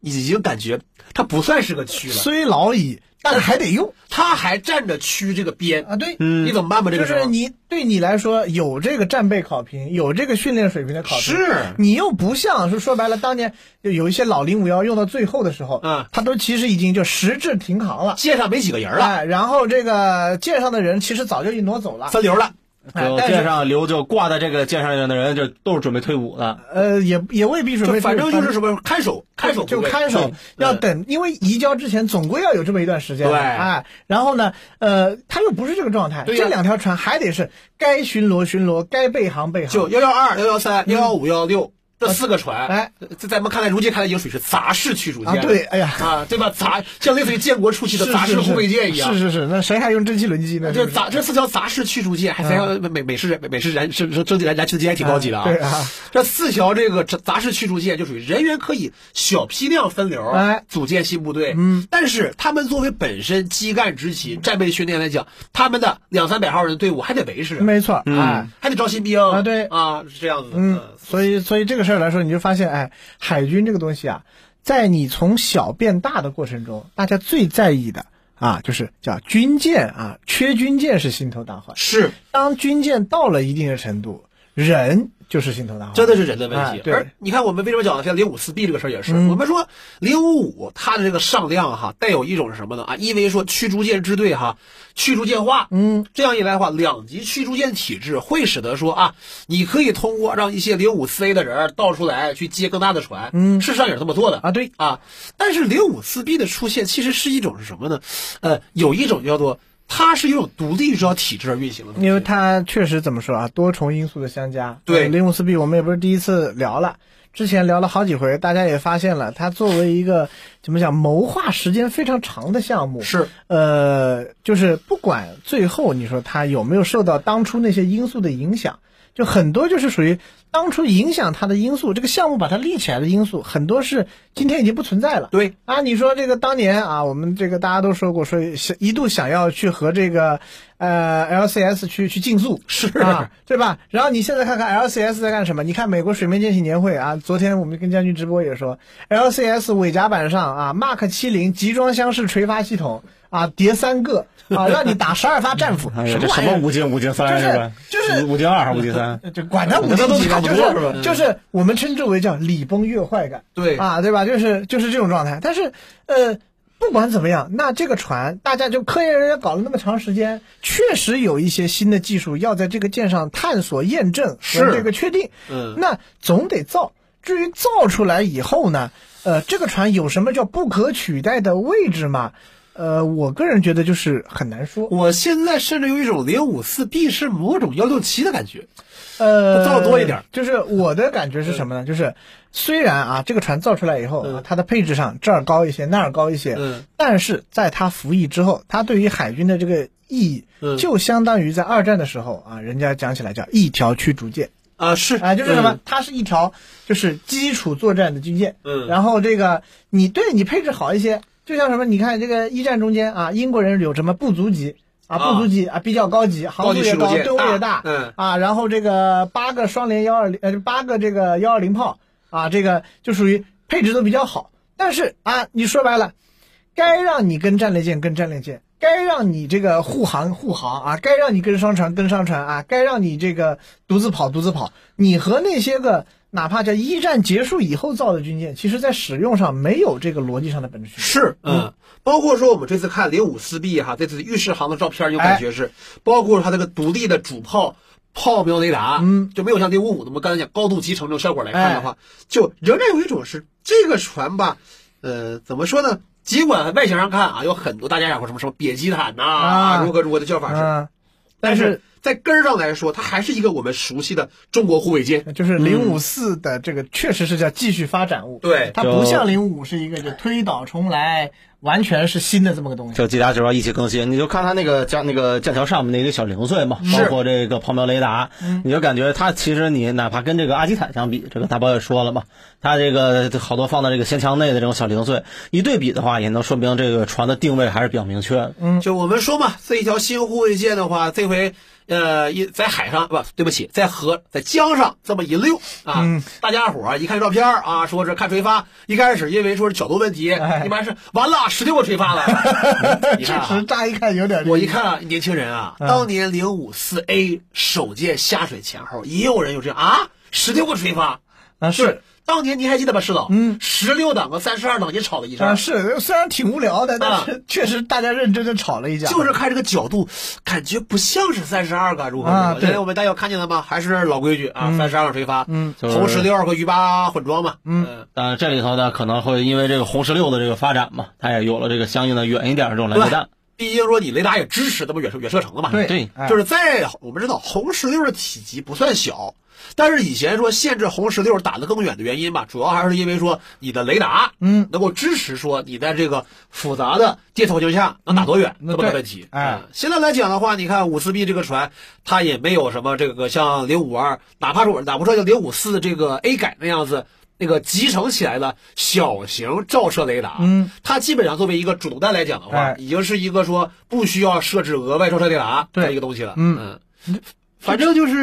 已经感觉它不算是个区了， 虽老矣，但还得用。 它还占着区这个边啊，对， 嗯，你怎么办吧？这个就是你对你来说有这个战备考评，有这个训练水平的考评， 是你又不像是说白了，当年有一些老零五幺用到最后的时候， 嗯， 他都其实已经就实质停航了， 舰上没几个人了， 哎，然后这个舰上的人其实早就一挪走了， 分流了。 就舰上留就挂在这个舰上的人，就都是准备退伍的。 呃，也也未必准备， 反正就是什么看守，看守就看守，要等，因为移交之前总归要有这么一段时间。 对， 哎，然后呢，呃，他又不是这个状态，这两条船还得是该巡逻巡逻，该备航备航。 就幺幺二、幺幺三、幺幺五、幺幺六。这四个船， 哎， 在咱们看来，如今看来已经属于是杂式驱逐舰， 啊，对，哎呀， 啊，对吧？杂像类似于建国初期的杂式护卫舰一样， 是是是，那谁还用蒸汽轮机呢？ 这杂这四条杂式驱逐舰，还还美美式美式燃是是蒸汽燃燃气机还挺高级的啊。 对啊， 这四条这个杂式驱逐舰就属于人员可以小批量分流， 哎， 组建新部队。 嗯， 但是他们作为本身基干执勤、战备训练来讲，他们的两三百号人的队伍还得维持， 没错，哎， 还得招新兵啊，对啊，是这样子的。 嗯，所以所以这个事儿来说，你就发现。哎，海军这个东西啊，在你从小变大的过程中，大家最在意的啊，就是叫军舰啊，缺军舰是心头大患。 是， 当军舰到了一定的程度，人就是心头大患， 真的是人的问题。 哎、对， 而你看我们为什么讲像零五四 B 这个事儿也是，嗯、我们说零五五它的这个上量哈，带有一种是什么呢？啊，因为说驱逐舰支队哈，驱逐舰化， 嗯， 这样一来的话，两级驱逐舰体制会使得说啊，你可以通过让一些零五四 A 的人倒出来去接更大的船， 嗯， 事实上也是这么做的啊，对啊。但是零五四 B 的出现其实是一种是什么呢？呃，有一种叫做。它是一种独立于这套体制而运行的， 因为它确实怎么说啊，多重因素的相加。 对， 零五四 B 我们也不是第一次聊了，之前聊了好几回，大家也发现了，它作为一个怎么讲谋划时间非常长的项目， 是呃，就是不管最后你说它有没有受到当初那些因素的影响，就很多就是属于当初影响它的因素，这个项目把它立起来的因素，很多是今天已经不存在了。 对啊，你说这个当年啊，我们这个大家都说过，说一度想要去和这个呃 L C S 去去竞速， 是啊，对吧？然后你现在看看 L C S 在干什么？你看美国水面舰艇年会啊，昨天我们跟将军直播也说 ，L C S 尾甲板上啊 ，Mark 七零集装箱式垂发系统啊，叠三个啊，让你打十二发战斧， 哎、 什么什么五斤五斤三是吧？就是五斤二还是五斤三？ 就管它五斤几个，就是就是我们称之为叫礼崩乐坏感， 对啊，对吧？就是就是这种状态。但是呃。不管怎么样，那这个船大家就科研人员搞了那么长时间，确实有一些新的技术要在这个舰上探索、验证和这个确定。 嗯， 那总得造。至于造出来以后呢，呃，这个船有什么叫不可取代的位置吗？呃，我个人觉得就是很难说。 我现在甚至有一种零五四 B 是某种幺六七的感觉。 呃， 造多一点， 就是我的感觉是什么呢？就是虽然啊，这个船造出来以后啊， 嗯、 它的配置上这儿高一些，那儿高一些， 嗯， 但是在它服役之后，它对于海军的这个意义， 嗯， 就相当于在二战的时候啊，人家讲起来叫一条驱逐舰啊，是啊，就是什么？ 嗯、 它是一条就是基础作战的军舰， 嗯， 然后这个你对你配置好一些，就像什么？你看这个一战中间啊，英国人有什么不足级。啊，不足级啊，比较高级，航速也高，吨位也大， 嗯啊，然后这个八个双联幺二零，呃，八个这个幺二零炮啊，这个就属于配置都比较好。但是啊，你说白了，该让你跟战列舰跟战列舰，该让你这个护航护航啊，该让你跟商船跟商船啊，该让你这个独自跑独自跑，你和那些个哪怕叫一战结束以后造的军舰，其实在使用上没有这个逻辑上的本质区别。 是，嗯。包括说我们这次看零五四 B 哈，这次御式航的照片有感觉是，哎、包括它这个独立的主炮炮瞄雷达， 嗯， 就没有像零五五那么刚才讲高度集成这种效果来看的话，哎、就仍然有一种是这个船吧，呃，怎么说呢？尽管外形上看啊，有很多大家讲过什么什么瘪基坦呐、啊， 啊如何如何的叫法是， 啊、 但是在根儿上来说，它还是一个我们熟悉的中国护卫舰， 就是零五四的这个确实是叫继续发展物， 嗯、对， 它不像零五五是一个就推倒重来。完全是新的这么个东西， 就几大指标一起更新，你就看它那个架那个舰桥上面那个小零碎嘛，包括这个炮瞄雷达， 嗯、 你就感觉它其实你哪怕跟这个阿基坦相比，这个大宝也说了嘛，它这个好多放在这个舷墙内的这种小零碎，一对比的话，也能说明这个船的定位还是比较明确的。 嗯， 就我们说嘛，这一条新护卫舰的话，这回。 呃，一在海上不，对不起，在河在江上这么一溜啊， 嗯、 大家伙儿一看照片啊，说是看垂发，一开始因为说是角度问题， 哎、 一般是完了十六个垂发了。你看、啊， 确实乍一看有点。 我一看啊，年轻人啊，嗯、当年零五四 A 首舰下水前后，也有人有这样啊，十六个垂发啊是。 当年您还记得吧，石导？ 嗯， 十六档和三十二档也吵了一架。 啊，是，虽然挺无聊的，但是确实大家认真的吵了一架。 就是看这个角度，感觉不像是三十二个，如何如何？ 啊， 对，我们大家看见了吗？还是老规矩啊，三十二个垂发， 嗯， 红十六和鱼八混装嘛。 嗯， 呃，这里头呢可能会因为这个红十六的这个发展嘛，它也有了这个相应的远一点的这种拦截弹。 毕竟说你雷达也支持这么远射远射程了嘛。 对对， 就是在我们知道红十六的体积不算小。但是以前说限制红十六打得更远的原因吧，主要还是因为说你的雷达， 嗯， 能够支持说你在这个复杂的电磁环境下能打多远，这么个问题。 哎、 嗯，现在来讲的话，你看五四 B 这个船，它也没有什么这个像零五二，哪怕是我哪怕说像零五四这个 A 改那样子。那个集成起来的小型照射雷达， 嗯， 它基本上作为一个主动弹来讲的话， 哎、 已经是一个说不需要设置额外照射雷达这一个东西了。 嗯嗯，反正就是，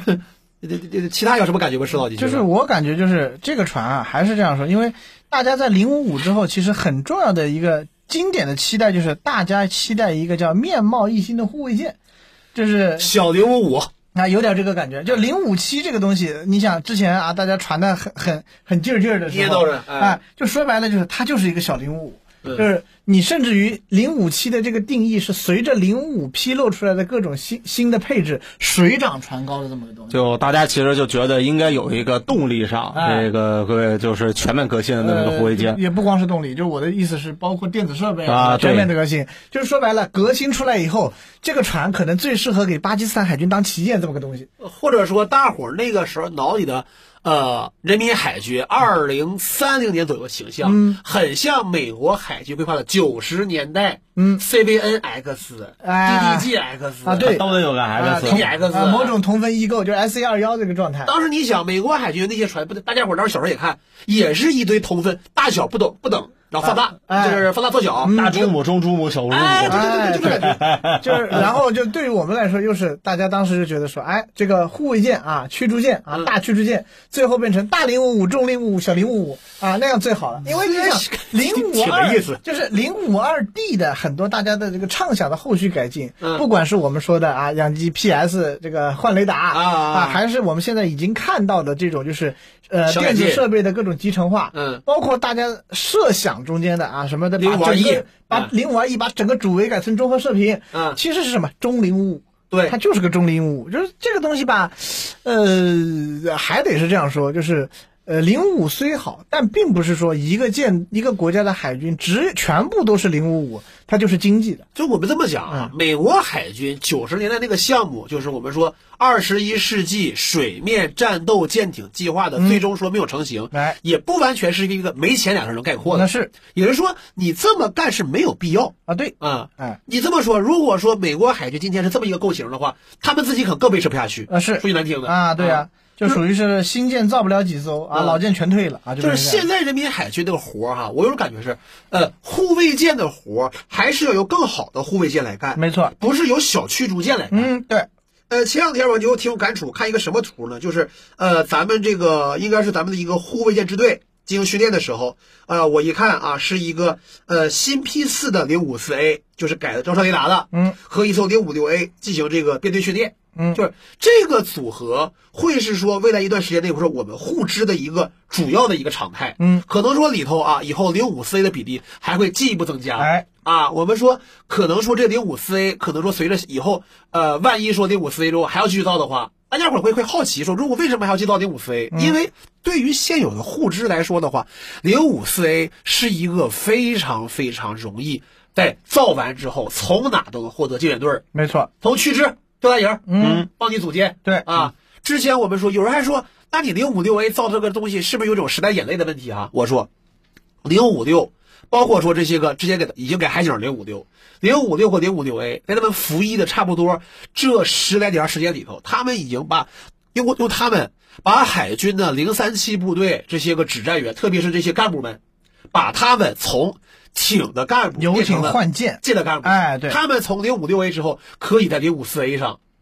其他有什么感觉吗？石老弟， 就是我感觉就是这个船啊，还是这样说，因为大家在零五五之后，其实很重要的一个经典的期待就是大家期待一个叫面貌一新的护卫舰，就是小零五五。 啊，有点这个感觉，就零五七这个东西，你想之前啊，大家传的很很很劲儿劲儿的时候， 哎、 啊，就说白了就是它就是一个小零五五，就是你甚至于零五七的这个定义是随着零五披露出来的各种新新的配置水涨船高的这么个东西。 就大家其实就觉得应该有一个动力上， 哎、 这个各位就是全面革新的那个护卫舰、 呃，也不光是动力，就是我的意思是包括电子设备啊， 全面的革新。就是说白了，革新出来以后，这个船可能最适合给巴基斯坦海军当旗舰这么个东西， 或者说大伙儿那个时候脑里的。呃，人民海军二零三零年左右的形象， 嗯， 很像美国海军规划的九十年代， 嗯 ，C V N X、 哎、 D D G X 啊，对， 都得有个 X，D X， 啊，某种同分异构，就是 S A 二幺这个状态。 当时你想，美国海军那些船，不，大家伙儿当时小时候也看，也是一堆同分，大小不等不等。然后放大， 哎、 就是放大缩小， 嗯、 大珠母、中珠母、小珠母， 哎，对对对，就这感觉。 就是，然后就对于我们来说，又是大家当时就觉得说，哎，这个护卫舰啊，驱逐舰啊， 嗯、 大驱逐舰，最后变成大零五五、中零五五、小零五五啊，那样最好了。因为你想，零五二就是零五二 D 的很多大家的这个畅想的后续改进， 嗯、 不管是我们说的啊，养鸡 P S 这个换雷达啊, 啊，还是我们现在已经看到的这种就是呃电子设备的各种集成化， 嗯， 包括大家设想中间的啊什么。 零五二一， 把零五二一把整个主桅改成综合射频， 嗯， 其实是什么中零五五， 对， 它就是个中零五五，就是这个东西吧，呃，还得是这样说，就是呃，零五虽好，但并不是说一个舰一个国家的海军只全部都是零五五，它就是经济的。 就我们这么讲啊，嗯、美国海军九十年代那个项目，就是我们说二十一世纪水面战斗舰艇计划的最终说没有成型， 哎、嗯， 也不完全是一个没钱两个人能概括的。 那是， 也就是说，你这么干是没有必要啊。对啊， 哎， 你这么说，如果说美国海军今天是这么一个构型的话，他们自己可能更维持不下去啊。是， 说句难听的啊，对啊。嗯就属于是新舰造不了几艘啊， 嗯、 老舰全退了啊， 就是现在人民海军这个活哈，我有种感觉是，呃，护卫舰的活还是要由更好的护卫舰来干， 没错， 不是由小驱逐舰来干。 嗯，对。 呃，前两天我就挺有感触，看一个什么图呢？就是呃，咱们这个应该是咱们的一个护卫舰支队进行训练的时候，呃，我一看啊，是一个呃新 P 四的零五四 A， 就是改的照射雷达的， 嗯， 和一艘零五六 A 进行这个编队训练。 嗯， 就是这个组合会是说未来一段时间内，或者我们互支的一个主要的一个常态。 嗯， 可能说里头啊，以后零五四 A 的比例还会进一步增加。 哎， 啊，我们说可能说这零五四 A 可能说随着以后呃，万一说零五四 A 之后还要继续造的话，大家伙儿会会好奇说，如果为什么还要继续造零五四 A？、嗯、因为对于现有的互支来说的话，零五四 A 是一个非常非常容易在造完之后从哪都能获得救援队。 没错， 从驱支。调大营， 嗯， 帮你组建， 对啊。之前我们说，有人还说，那你零五六 A 造这个东西是不是有种时代眼泪的问题啊？我说，零五六，包括说这些个之前给已经给海警零五六、零五六和零五六 A， 在他们服役的差不多这十来年时间里头，他们已经把用用他们把海军的零三七部队这些个指战员，特别是这些干部们，把他们从艇的干部由艇换舰舰的干部， 哎，对， 他们从零五六 A 之后，可以在零五四 A 上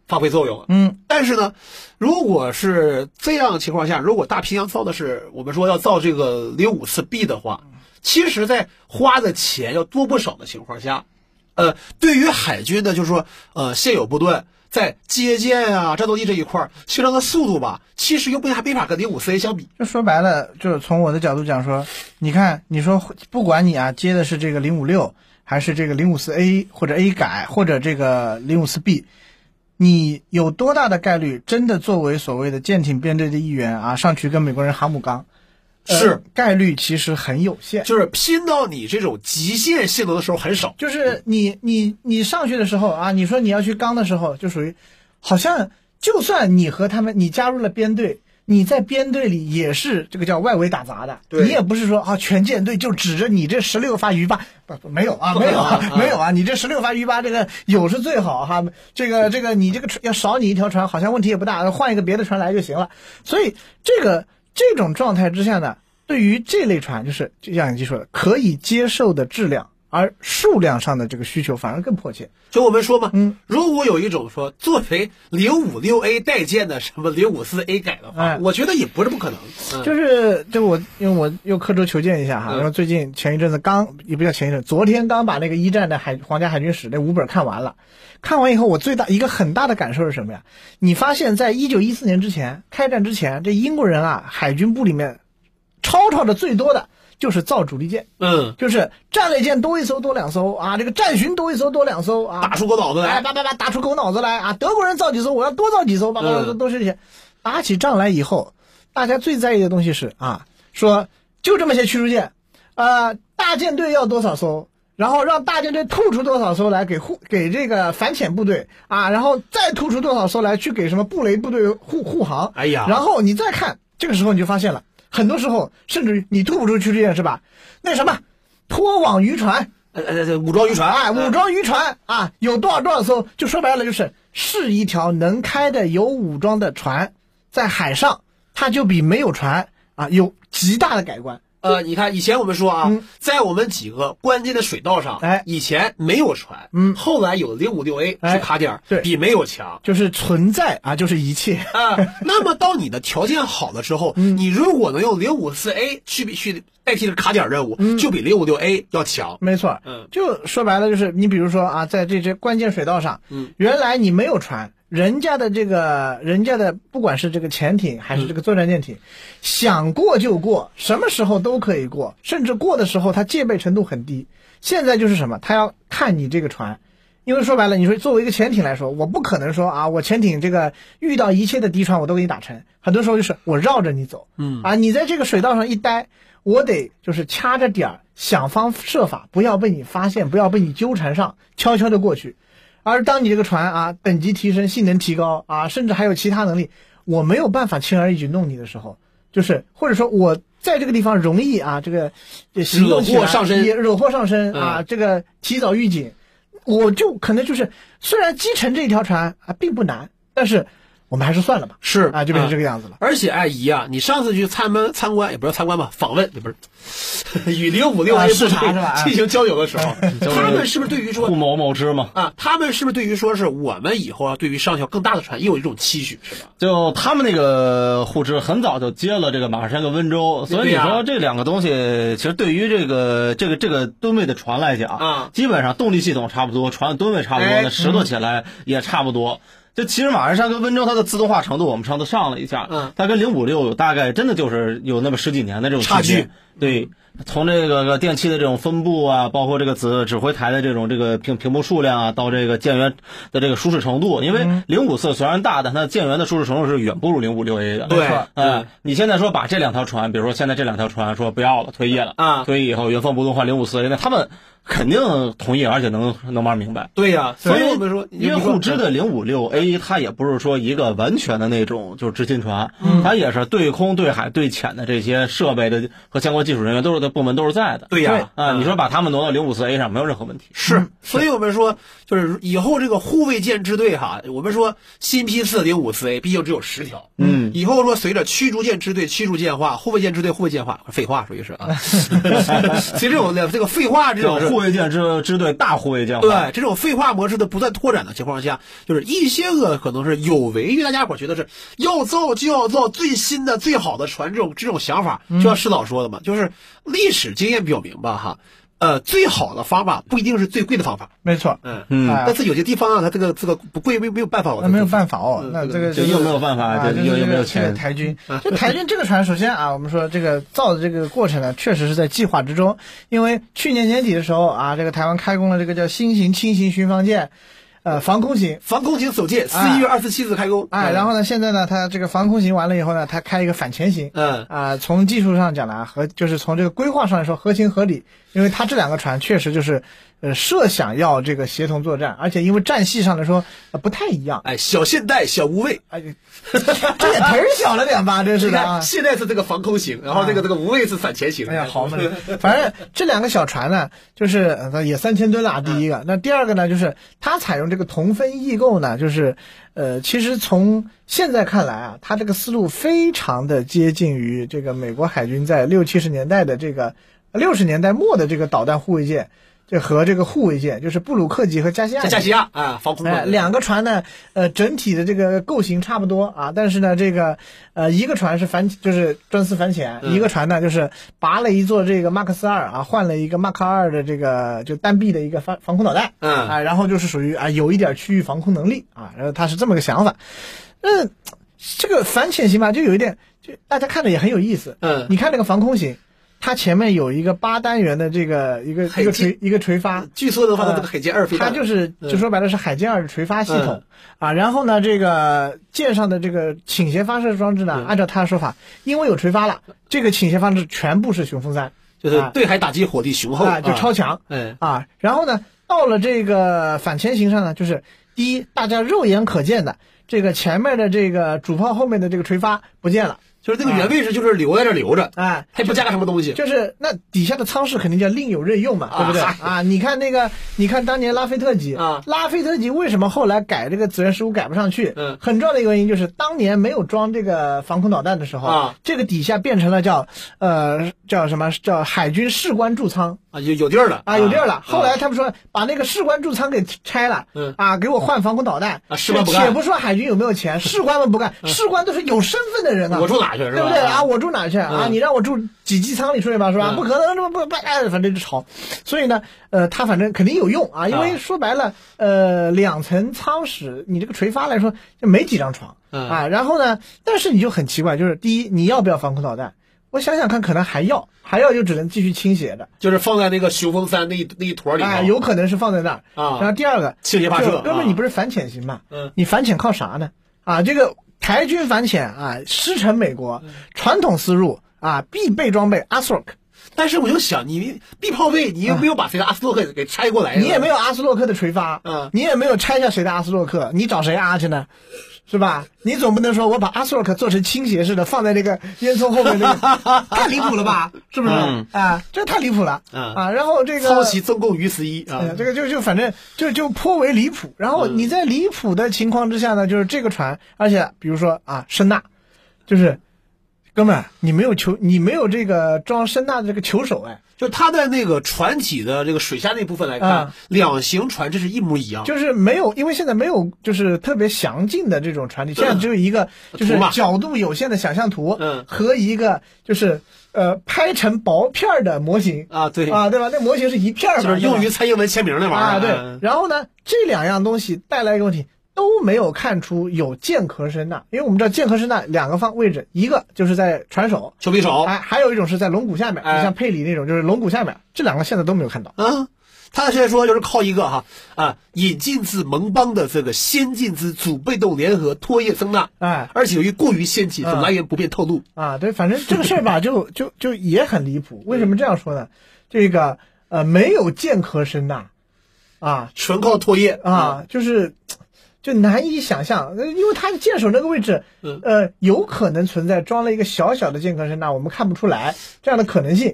发挥作用了。 嗯， 但是呢，如果是这样的情况下，如果大平洋造的是我们说要造这个零五四 B 的话，其实在花的钱要多不少的情况下，呃，对于海军的，就是说，呃，现有部队在接舰啊、战斗机这一块形成的速度吧，其实又不还没法跟零五四 A 相比。 就说白了，就是从我的角度讲说，你看，你说不管你啊接的是这个零五六，还是这个零五四 A 或者 A 改或者这个零五四 B， 你有多大的概率真的作为所谓的舰艇编队的一员啊，上去跟美国人航母刚？ 是、 呃、概率其实很有限， 就是拼到你这种极限性能的时候很少。 就是你你你上去的时候啊，你说你要去刚的时候，就属于好像就算你和他们你加入了编队，你在编队里也是这个叫外围打杂的，你也不是说啊全舰队就指着你这十六发鱼八，不没有啊没有啊没有啊，你这十六发鱼八这个有是最好哈，这个这个你这个要少你一条船好像问题也不大，换一个别的船来就行了。所以这个这种状态之下呢，对于这类船就是就像你说的可以接受的质量，而数量上的这个需求反而更迫切。 就我们说嘛， 嗯， 如果有一种说作为零五六 A 代舰的什么零五四 A 改的话， 哎， 我觉得也不是不可能。 嗯、就是就我因为我又刻舟求剑一下哈，因为、嗯、最近前一阵子刚也不叫前一阵，昨天刚把那个一战的海皇家海军史那五本看完了。看完以后，我最大一个很大的感受是什么呀？你发现在一九一四年之前开战之前，这英国人啊海军部里面吵吵的最多的就是造主力舰， 嗯， 就是战列舰多一艘多两艘啊，这个战巡多一艘多两艘啊， 打出狗脑子来， 哎，叭叭叭打出狗脑子来啊！德国人造几艘，我要多造几艘，叭叭叭都是这些。打起仗来以后，大家最在意的东西是啊，说就这么些驱逐舰，呃，大舰队要多少艘，然后让大舰队吐出多少艘来给护给这个反潜部队啊，然后再吐出多少艘来去给什么布雷部队护护航。 哎呀， 然后你再看，这个时候你就发现了。很多时候，甚至于你吐不出驱逐舰是吧？那什么，拖网渔船， 呃呃，武装渔船， 哎，武装渔船啊，有多少多少艘？就说白了，就是是一条能开的有武装的船，在海上，它就比没有船啊有极大的改观。 呃，你看以前我们说啊、嗯，在我们几个关键的水道上， 哎， 以前没有船， 嗯， 后来有零五六 A 去卡点、哎， 对， 比没有强， 就是存在啊，就是一切啊。那么到你的条件好了之后， 嗯、 你如果能用零五四 A 去去代替这卡点任务， 嗯、 就比零五六 A 要强。 没错， 嗯， 就说白了就是你比如说啊，在这些关键水道上， 嗯， 原来你没有船。人家的这个，人家的不管是这个潜艇还是这个作战舰艇、嗯，想过就过，什么时候都可以过，甚至过的时候它戒备程度很低。现在就是什么，他要看你这个船，因为说白了，你说作为一个潜艇来说，我不可能说啊，我潜艇这个遇到一切的敌船我都给你打沉，很多时候就是我绕着你走， 嗯啊，你在这个水道上一待，我得就是掐着点儿，想方设法不要被你发现，不要被你纠缠上，悄悄的过去。而当你这个船啊等级提升，性能提高啊，甚至还有其他能力，我没有办法轻而易举弄你的时候，就是或者说我在这个地方容易啊这个惹祸上身， 也惹祸上身、 嗯、 啊，这个提早预警，我就可能就是虽然击沉这一条船啊并不难，但是我们还是算了吧， 是啊，就变成这个样子了。 嗯、而且哎姨啊，你上次去参观参观也不是参观吧，访问也不是与零五六 A 视察是吧？ 进行交流的时候，他们是不是对于说互谋谋之嘛？ 啊，他们是不是对于说是我们以后啊，对于上校更大的船也有一种期许，是吧？ 就他们那个互知很早就接了这个马鞍山跟温州，所以你说这两个东西，其实对于这个这个这个吨位的船来讲， 啊， 基本上动力系统差不多，船的吨位差不多， 哎、 那拾掇起来也差不多。嗯就其实马鞍山跟温州它的自动化程度，我们上次上了一下， 嗯， 它跟零五六有大概真的就是有那么十几年的这种差距。 对，从这个电器的这种分布啊，包括这个指指挥台的这种这个屏屏幕数量啊，到这个舰员的这个舒适程度，因为零五四虽然大，但它舰员的舒适程度是远不如零五六 A 的。 对， 嗯、呃，你现在说把这两条船，比如说现在这两条船说不要了，退役了啊， 退役以后原封不动换零五四 A， 那他们肯定同意，而且能能玩明白。 对呀、啊， 所以我们说， 因为互知的零五六 A 它也不是说一个完全的那种就是执勤船， 嗯， 它也是对空、对海、对潜的这些设备的和相关技术人员都是的部门都是在的。 对呀， 啊，你说把他们挪到零五四 A 上没有任何问题。 是，所以我们说，就是以后这个护卫舰支队哈，我们说新批次零五四 A 毕竟只有十条， 嗯， 以后说随着驱逐舰支队驱逐舰化，护卫舰支队护卫舰化，废话属于是啊，随着这种的这个废话这种护卫舰支支队大护卫舰化， 对这种废话模式的不断拓展的情况下，就是一些个可能是有违于大家伙觉得是要造就要造最新的最好的船这种这种想法，就像施导说的嘛，就是历史经验表明吧哈。呃，最好的方法不一定是最贵的方法， 没错， 嗯嗯， 但是有些地方啊，它这个这个不贵，没没有办法， 那没有办法哦，那这个就又没有办法，就又又没有钱。 台军，就台军这个船，首先啊，我们说这个造的这个过程呢，确实是在计划之中，因为去年年底的时候啊，这个台湾开工了这个叫新型轻型巡防舰。呃，防空型， 防空型首舰，四一月二十七日开工。 哎，然后呢，现在呢，它这个防空型完了以后呢，它开一个反潜型。 嗯啊，从技术上讲呢，和就是从这个规划上来说合情合理，因为它这两个船确实就是呃设想要这个协同作战，而且因为战系上来说呃不太一样。 哎，小现代，小无畏， 哎，这也忒小了点吧，这是的啊。 现在是这个防空型，然后这个这个无畏是反潜型。 哎呀，好嘛，反正这两个小船呢，就是呃也三千吨了，第一个。那第二个呢，就是它采用这个同分异构呢，就是呃，其实从现在看来啊，它这个思路非常的接近于这个美国海军在六七十年代的这个六十年代末的这个导弹护卫舰。这和这个护卫舰就是布鲁克级和加西亚级， 加西亚啊，防空哎，两个船呢，呃，整体的这个构型差不多啊，但是呢，这个呃，一个船是反就是专司反潜， 嗯、 一个船呢就是拔了一座这个马克思二啊，换了一个马克二的这个就单臂的一个防防空导弹， 嗯啊，然后就是属于啊有一点区域防空能力啊，然后它是这么个想法，嗯，这个反潜型吧，就有一点，就大家看着也很有意思， 嗯， 你看这个防空型。它前面有一个八单元的这个一个一个垂一个垂发， 据说的话，这个海剑二飞弹， 它就是就说白了是海剑二的垂发系统、嗯、啊。然后呢，这个舰上的这个倾斜发射装置呢，嗯、按照他的说法，因为有垂发了，这个倾斜发射全部是雄风三， 就是对海打击火力雄厚啊，就超强， 嗯啊, 啊。然后呢，到了这个反潜型上呢，就是第一，大家肉眼可见的这个前面的这个主炮后面的这个垂发不见了。 就是这个原位置就是留在这留着， 哎， 还不加个什么东西， 就是那底下的舱室肯定叫另有任用嘛，对不对啊？你看那个，你看当年拉菲特级啊， 拉菲特级为什么后来改这个责任事务改不上去？ 嗯， 很重要的一个原因就是当年没有装这个防空导弹的时候啊， 这个底下变成了叫呃叫什么叫海军士官驻舱啊，有有地儿了啊，有地儿了。后来他们说把那个士官驻舱给拆了， 嗯啊，给我换防空导弹啊，士官不干， 且不说海军有没有钱，士官们不干，士官都是有身份的人啊， 我住哪去是吧？ 对不对啊？我住哪去啊？ 嗯、 你让我住几机舱里睡吧，是吧？ 嗯、 不可能，这么不不哎，反正就吵。所以呢，呃，它反正肯定有用啊，因为说白了，呃，两层舱室，你这个垂发来说就没几张床、 嗯、 啊。然后呢，但是你就很奇怪，就是第一，你要不要防空导弹？我想想看，可能还要，还要就只能继续倾斜的， 就是放在那个雄风三那一那一坨里， 哎，有可能是放在那儿啊。 然后第二个倾斜发射， 哥们，你不是反潜型嘛？ 嗯， 你反潜靠啥呢？啊，这个台军反潜啊，师承美国，传统思路。啊，必备装备阿斯洛克， 但是我就想，你必炮位，你又没有把谁的阿斯洛克给拆过来、 嗯，你也没有阿斯洛克的垂发， 嗯， 你也没有拆下谁的阿斯洛克，你找谁阿去呢？是吧？你总不能说我把阿斯洛克做成倾斜式的放在那个烟囱后面那个，太离谱了吧？是不是？ 嗯、 啊，这太离谱了， 嗯、 啊！然后这个抄袭增购于十一啊、 嗯，这个就就反正就就颇为离谱。然后你在离谱的情况之下呢，就是这个船，而且比如说啊，声呐，就是。哥们，你没有球，你没有这个装声呐的这个球手哎， 就它在那个船体的这个水下那部分来看， 啊、 两型船这是一模一样， 就是没有，因为现在没有就是特别详尽的这种船体，现在只有一个就是角度有限的想象图， 嗯， 和一个就是呃拍成薄片的模型啊，对啊，对吧？那模型是一片儿， 就是用于蔡英文签名那玩意儿啊，对。 嗯、 然后呢，这两样东西带来一个问题。都没有看出有剑壳声呐，因为我们知道剑壳声呐两个方位置，一个就是在船首、 球臂手， 哎，还有一种是在龙骨下面， 哎、 像佩里那种就是龙骨下面，这两个现在都没有看到。 啊，他现在说就是靠一个哈啊，引进自盟邦的这个先进之主被动联合拖曳声呐， 哎， 而且由于过于先进，所来源不便透露、 嗯、啊。对，反正这个事儿吧，就就就也很离谱。为什么这样说呢？这个呃，没有剑壳声呐，啊， 纯靠拖曳啊，就是。就难以想象，因为它的舰首那个位置，呃，有可能存在装了一个小小的剑壳声呐，我们看不出来这样的可能性。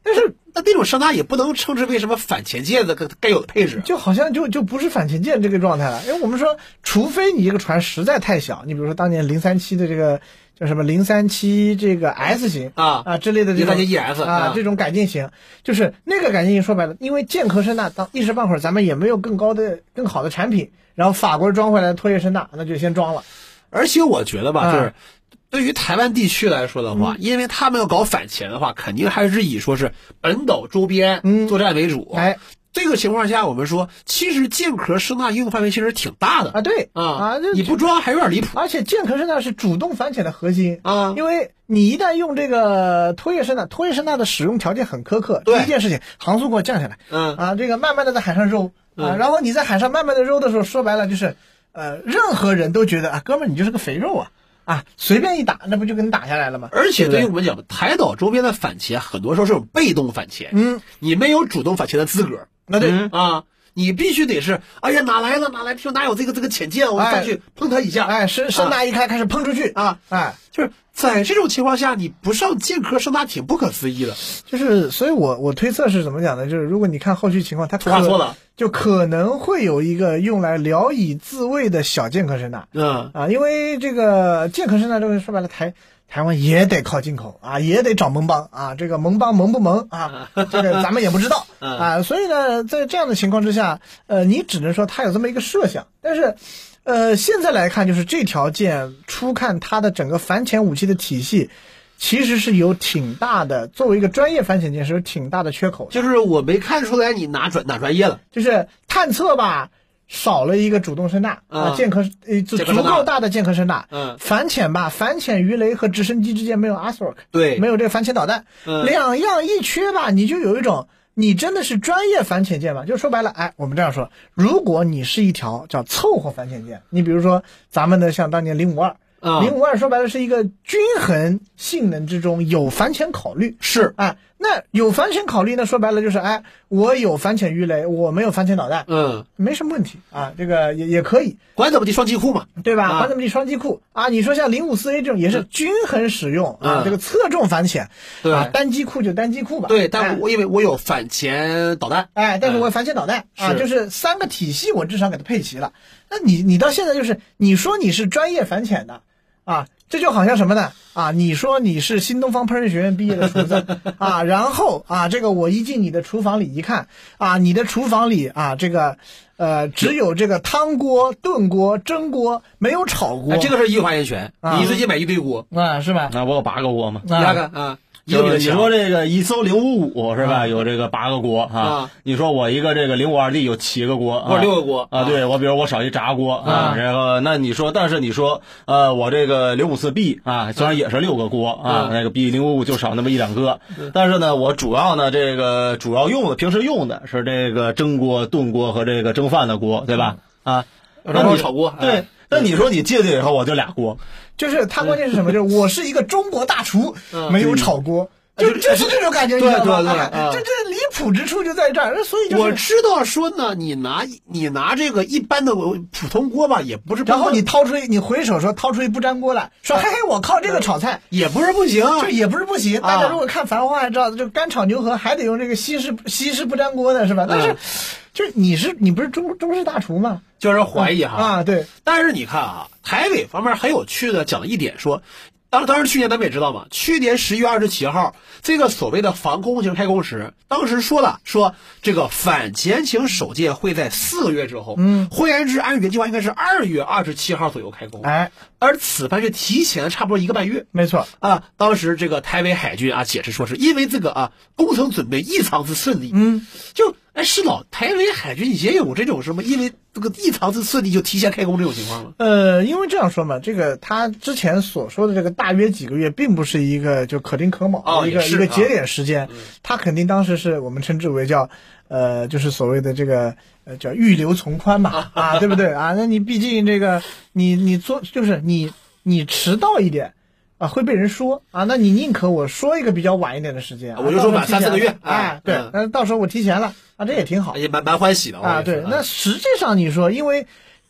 但是那那种声纳也不能称之为什么反潜舰的该有的配置， 就好像就就不是反潜舰这个状态了。因为我们说，除非你这个船实在太小，你比如说当年零三七的这个叫什么零三七这个 S 型啊啊之类的这种零三七 E S 啊这种改进型，就是那个改进型说白了，因为舰壳声纳当一时半会儿咱们也没有更高的更好的产品，然后法国装回来的拖曳声纳，那就先装了。 而且我觉得吧， 啊就是对于台湾地区来说的话， 嗯、 因为他们要搞反潜的话，肯定还是以说是本岛周边作战为主。 嗯、哎， 这个情况下，我们说，其实舰壳声纳应用范围其实挺大的啊。对啊啊， 你不装还有点离谱。 而且舰壳声纳是主动反潜的核心啊， 因为你一旦用这个拖曳声纳，拖曳声纳的使用条件很苛刻。第一件事情，航速给我降下来。 嗯啊，这个慢慢的在海上揉啊， 嗯、 然后你在海上慢慢的揉的时候，说白了就是，呃，任何人都觉得啊，哥们儿你就是个肥肉啊。啊，随便一打，那不就跟你打下来了吗？ 而且对于我们讲，台岛周边的反潜，很多时候是种被动反潜， 嗯， 你没有主动反潜的资格。 那对、 嗯、啊，你必须得是，哎呀，哪来了哪来，听哪有这个这个潜舰，我们上去碰它一下， 哎，声声纳一开、啊、开始喷出去啊， 哎， 就是在这种情况下，你不上舰壳声纳挺不可思议的。 就是，所以我我推测是怎么讲呢？就是如果你看后续情况，它突发错了。 就可能会有一个用来聊以自慰的小舰壳声纳， 嗯啊，因为这个舰壳声纳这个说白了，台台湾也得靠进口啊，也得找盟邦啊，这个盟邦萌不萌啊，这个咱们也不知道啊，所以呢，在这样的情况之下，呃，你只能说它有这么一个设想，但是，呃，现在来看，就是这条舰初看它的整个反潜武器的体系。其实是有挺大的，作为一个专业反潜舰是有挺大的缺口的。 就是我没看出来你哪专哪专业了， 就是探测吧，少了一个主动声纳啊，舰壳呃足够大的舰壳声纳。 嗯， 反潜吧，反潜鱼雷和直升机之间没有 A S R O C， 对， 没有这个反潜导弹， 嗯， 两样一缺吧，你就有一种你真的是专业反潜舰吗？就说白了，哎，我们这样说，如果你是一条叫凑合反潜舰，你比如说咱们的像当年零五二。零五二说白了是一个均衡性能之中有反潜考虑， 是哎，那有反潜考虑呢？说白了就是哎，我有反潜鱼雷，我没有反潜导弹， 嗯， 没什么问题啊，这个也也可以， 管怎么地双机库嘛， 对吧？管怎么地双机库啊，你说像零五四 A 这种也是均衡使用、嗯、啊，这个侧重反潜， 对、 啊，单机库就单机库吧， 对，但我因为我有反潜导弹， 哎，但是我有反潜导弹、嗯、啊，就是三个体系我至少给它配齐了。那你你到现在就是你说你是专业反潜的啊。这就好像什么呢？啊，你说你是新东方烹饪学院毕业的厨子啊，然后啊，这个我一进你的厨房里一看啊，你的厨房里啊，这个呃只有这个汤锅、炖锅、蒸锅，没有炒锅。 啊、这个是一发言权，啊、你自己买一堆锅啊，是吧？ 那我有八个锅嘛， 你看看啊。 就你说这个一艘零五五是吧、啊？有这个八个锅啊。 啊你说我一个这个零五二 D 有七个锅， 或者六个锅啊？对，我比如我少一炸锅啊。然后那你说，但是你说呃，我这个零五四 B 啊，虽然也是六个锅啊，那个比零五五就少那么一两个，但是呢，我主要呢这个主要用的平时用的是这个蒸锅、炖锅和这个蒸饭的锅，对吧？啊， 然后炒锅对。那你说你进去以后我就俩锅， 就是它关键是什么？就是我是一个中国大厨，没有炒锅。就就是这种感觉， 对对对， 这这离谱之处就在这儿，所以就是我知道说呢，你拿你拿这个一般的普通锅吧，也不是， 然后你掏出你回手说掏出一不粘锅来，说嘿嘿，我靠这个炒菜也不是不行， 就也不是不行。大家如果看《繁花》知道，就干炒牛河还得用这个西式西式不粘锅的是吧？但是就是你是你不是中中式大厨吗？ 就是怀疑哈啊，对。 但是你看啊，台北方面很有趣的讲了一点说。当当时去年咱们也知道嘛，去年十一月二十七号，这个所谓的防空型开工时，当时说了说这个反潜型首舰会在四个月之后， 嗯， 换言之，按原计划应该是二月二十七号左右开工， 哎， 而此番是提前了差不多一个半月， 没错啊。当时这个台北海军啊解释说，是因为这个啊工程准备异常之顺利， 嗯， 就哎是老台北海军也有这种什么因为这个异常之顺利就提前开工这种情况吗？ 呃，因为这样说嘛，这个他之前所说的这个大约几个月，并不是一个就可丁可卯的一个、 哦、 一个节点时间， 啊嗯、 他肯定当时是我们称之为叫呃，就是所谓的这个呃叫预留从宽嘛啊，对不对啊？那你毕竟这个你你做就是你你迟到一点。啊，会被人说啊，那你宁可我说一个比较晚一点的时间， 我就说晚三四个月， 哎，对，那、嗯、到时候我提前了啊，这也挺好， 也蛮蛮欢喜的啊。对，那实际上你说，因为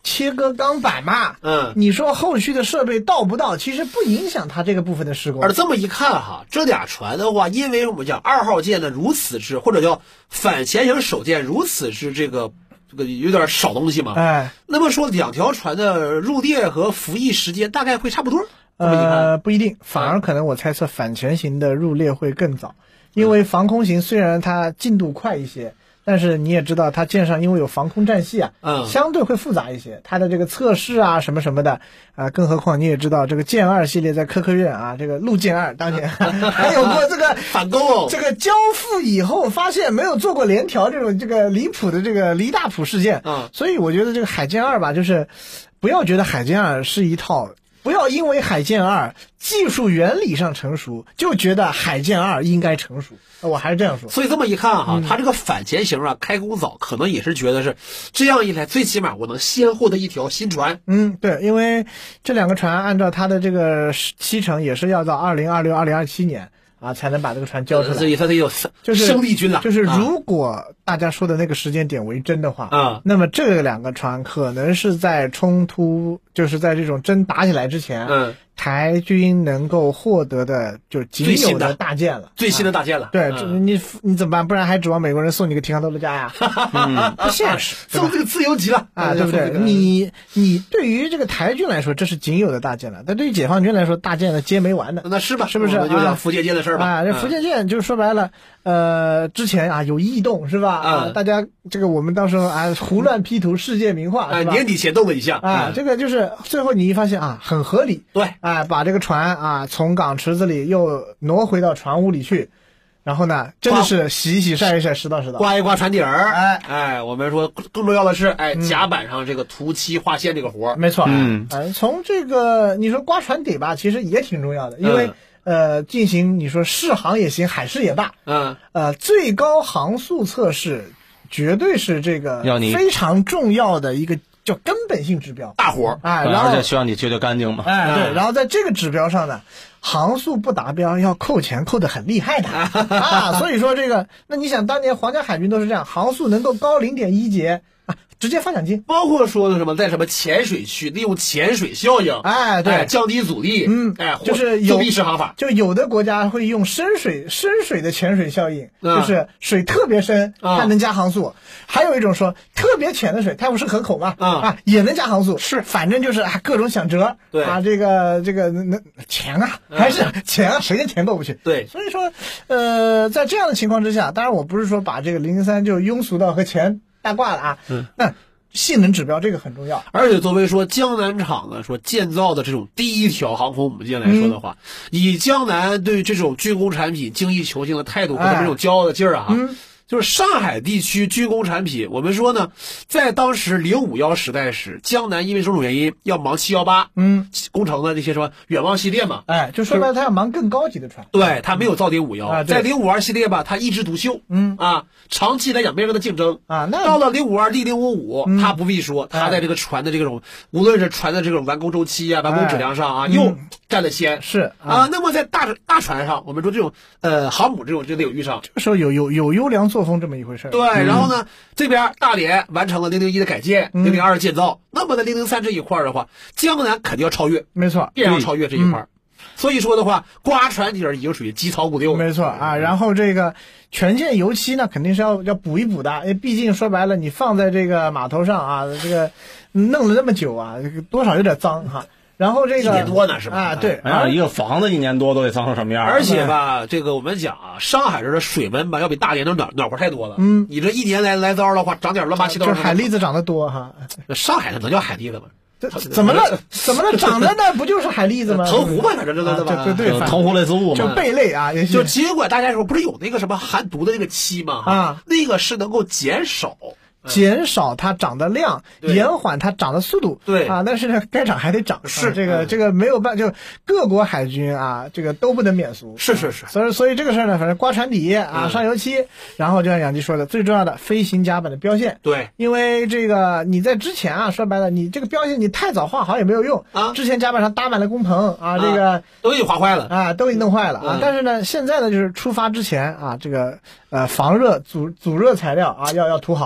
切割钢板嘛， 嗯， 你说后续的设备到不到，其实不影响它这个部分的施工。 而这么一看哈，这俩船的话，因为我们讲二号舰的如此之，或者叫反潜型手舰如此之这个这个有点少东西嘛， 哎， 那么说两条船的入列和服役时间大概会差不多。 呃，不一定，反而可能我猜测反潜型的入列会更早，因为防空型虽然它进度快一些。但是你也知道，它舰上因为有防空战系啊， 嗯， 相对会复杂一些。它的这个测试啊，什么什么的，啊、呃，更何况你也知道，这个舰二系列在科科院啊，这个陆舰二当年还有过这个反攻， 这个交付以后发现没有做过联调这种这个离谱的这个离大谱事件， 嗯， 所以我觉得这个海舰二吧，就是不要觉得海舰二是一套。不要因为海舰二技术原理上成熟，就觉得海舰二应该成熟。我还是这样说。 所以这么一看哈，嗯、它这个反潜型啊，开工早，可能也是觉得是这样一来，最起码我能先获得一条新船。 嗯，对，因为这两个船按照它的这个期程，也是要到二零二六、二零二七年。啊，才能把这个船交出来， 所以它得有就是生力军了。 就是如果大家说的那个时间点为真的话， 啊， 那么这两个船可能是在冲突，就是在这种真打起来之前， 嗯， 台军能够获得的就仅有的大舰了， 最新的大舰了。 啊、对，嗯、你你怎么办？不然还指望美国人送你个提康多罗加呀？嗯，不现实， 送这个自由级了啊，对不对？你你对于这个台军来说，这是仅有的大舰了，但对于解放军来说，大舰呢接没完的， 那是吧？ 是不是？ 就讲福建舰的事儿吧。 啊，这福建舰就是说白了，呃，之前啊有异动是吧？啊，大家这个我们到时候啊胡乱 P 图世界名画， 啊，年底前动了一下啊，这个就是最后你一发现啊，很合理， 对， 啊，把这个船啊从港池子里又挪回到船坞里去。然后呢，真的是洗一洗晒一晒拾到拾到， 刮一刮船底儿， 哎哎，我们说更重要的是，哎，甲板上这个涂漆划线这个活儿， 没错， 嗯， 呃，从这个你说刮船底吧，其实也挺重要的，因为、嗯、呃，进行你说试航也行，海试也罢， 嗯， 呃，最高航速测试绝对是这个非常重要的一个叫根本性指标， 大活儿， 哎，然后而且需要你绝对干净嘛， 哎，对，然后在这个指标上呢。航速不达标要扣钱，扣得很厉害的啊！所以说这个，那你想当年皇家海军都是这样，航速能够高零点一节啊，直接发奖金。 包括说的什么，在什么浅水区利用潜水效应， 哎，对， 哎、降低阻力， 嗯， 哎， 就是有避试航法。 就有的国家会用深水深水的潜水效应， 嗯、 就是水特别深， 嗯、 它能加航速；还有一种说特别浅的水，它不是河口嘛， 嗯、 啊，也能加航速。 是， 反正就是啊，各种想辙。 对啊，这个这个那钱啊，还是钱啊，谁的钱过不去？ 对， 所以说，呃，在这样的情况之下，当然我不是说把这个零零三就庸俗到和钱搭挂了啊， 嗯， 那性能指标这个很重要。 而且作为说江南厂呢，说建造的这种第一条航空母舰来说的话，嗯、以江南对这种军工产品精益求精的态度和这种骄傲的劲儿啊， 嗯。 就是上海地区军工产品，我们说呢，在当时零五幺时代时，江南因为种种原因要忙七幺八， 嗯， 工程的这些什么远望系列嘛， 哎，就说白了，他要忙更高级的船， 对他没有造零五幺， 啊、 在零五二系列吧，他一枝独秀， 嗯啊，长期来讲没人跟他竞争啊，那到了零五二 D 零五五， 嗯、 他不必说，他在这个船的这种，哎、无论是船的这种完工周期啊、完工质量上啊， 哎、 又占了先， 是啊，啊，那么在大大船上，我们说这种呃航母这种这个领域上， 这个时候有有有优良作风这么一回事。 对，嗯、然后呢，这边大连完成了零零一的改建，零零二建造，那么在零零三这一块的话，江南肯定要超越， 没错， 必然要超越这一块。嗯、所以说的话，刮船底儿已经属于基草五六， 没错啊。然后这个全舰油漆呢，肯定是要要补一补的，因为毕竟说白了，你放在这个码头上啊，这个弄了那么久啊，多少有点脏哈。然后这个一年多呢是吧？ 啊，对， 哎，一个房子一年多都得脏成什么样？ 而且吧，这个我们讲啊，上海这的水温吧，要比大连的暖暖和太多了。 嗯， 你这一年来来糟的话，长点乱八七糟， 就是海蛎子长得多哈。 上海的能叫海蛎子吗？ 这怎么了？怎么了？长的那不就是海蛎子吗？ 藤壶嘛，反正这对吧？ 对对， 藤壶类似物嘛， 就贝类啊。 就尽管大家说不是有那个什么含毒的那个漆吗？ 啊， 那个是能够减少。 减少它长的量，延缓它长的速度。 对啊，但是呢，该涨还得涨。 是、 啊、这个、嗯、这个没有办，就各国海军啊，这个都不能免俗。 是是是。 所以所以这个事儿呢，反正刮船底啊，上油漆，嗯、然后就像杨基说的，最重要的飞行甲板的标线。 对， 因为这个你在之前啊，说白了，你这个标线你太早画好也没有用啊。 之前甲板上搭满了工棚啊，这个、 啊、都给你划坏了啊，都给你弄坏了啊。 嗯、 但是呢，现在呢，就是出发之前啊，这个呃防热阻阻热材料啊要要涂好。 是